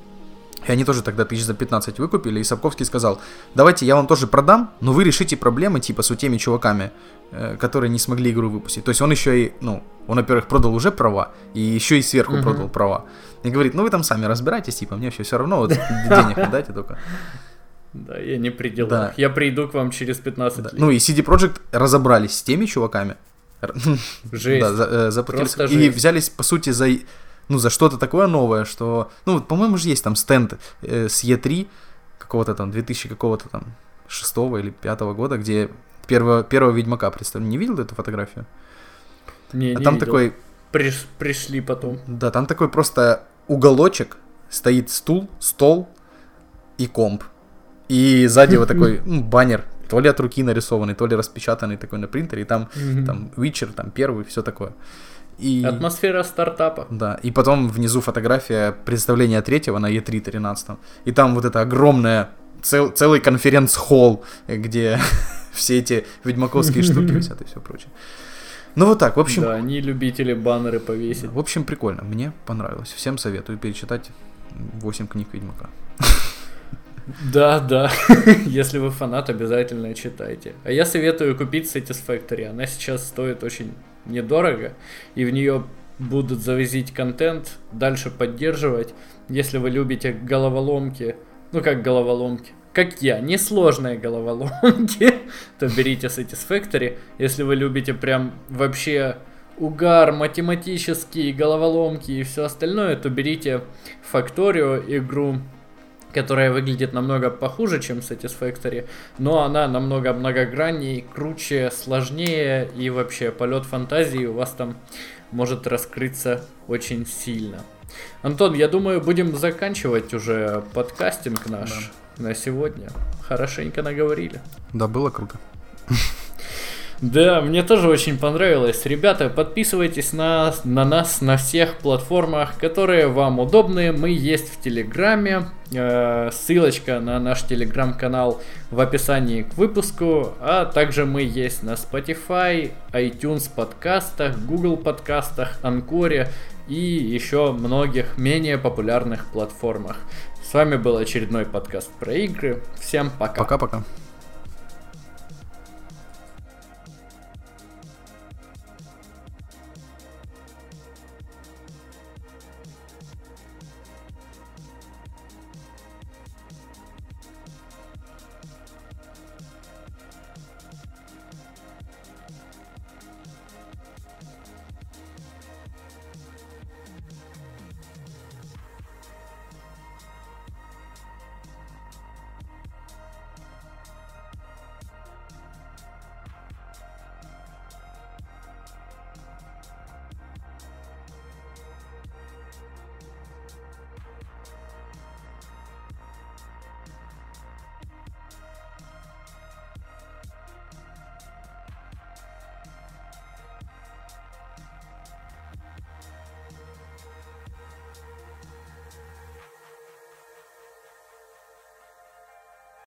И они тоже тогда тысяч за 15 выкупили, и Сапковский сказал: давайте я вам тоже продам, но вы решите проблемы типа с теми чуваками, которые не смогли игру выпустить. То есть он еще и, он, во-первых, продал уже права, и еще и сверху продал права. И говорит: вы там сами разбирайтесь, типа, мне все равно, вот денег не дайте только. Да, я не при делах. Да. Я приду к вам через 15 лет. Ну и CD Projekt разобрались с теми чуваками. Жесть. Да, заплатили. И взялись, по сути, за что-то такое новое, что... по-моему, же есть там стенд с E3 какого-то там 2000 какого-то там 6 или 5 года, где первого Ведьмака представили. Не видел эту фотографию? Не там видел. Такой... Пришли потом. Да, там такой просто уголочек, стоит стол и комп. И сзади вот такой баннер, то ли от руки нарисованный, то ли распечатанный такой на принтере, и там Witcher, там первый, все такое. И... Атмосфера стартапа. Да, и потом внизу фотография представления третьего на E3 13. И там вот это огромное, целый конференц-холл, где все эти ведьмаковские штуки висят и все прочее. Ну вот так, в общем... Да, они любители баннеры повесить. В общем, прикольно, мне понравилось. Всем советую перечитать 8 книг Ведьмака. Да, если вы фанат, обязательно читайте. А я советую купить Satisfactory, она сейчас стоит очень недорого, и в нее будут завозить контент, дальше поддерживать. Если вы любите головоломки, как я, несложные головоломки, то берите Satisfactory. Если вы любите прям вообще угар, математические головоломки и все остальное, то берите Factorio, игру, которая выглядит намного похуже, чем Satisfactory, но она намного многограннее, круче, сложнее, и вообще полет фантазии у вас там может раскрыться очень сильно. Антон, я думаю, будем заканчивать уже подкастинг наш на сегодня. Хорошенько наговорили. Да, было круто. Да, мне тоже очень понравилось. Ребята, подписывайтесь на нас на всех платформах, которые вам удобны. Мы есть в Телеграме. Ссылочка на наш Телеграм-канал в описании к выпуску. А также мы есть на Spotify, iTunes подкастах, Google подкастах, Анкоре и еще многих менее популярных платформах. С вами был очередной подкаст про игры. Всем пока. Пока-пока.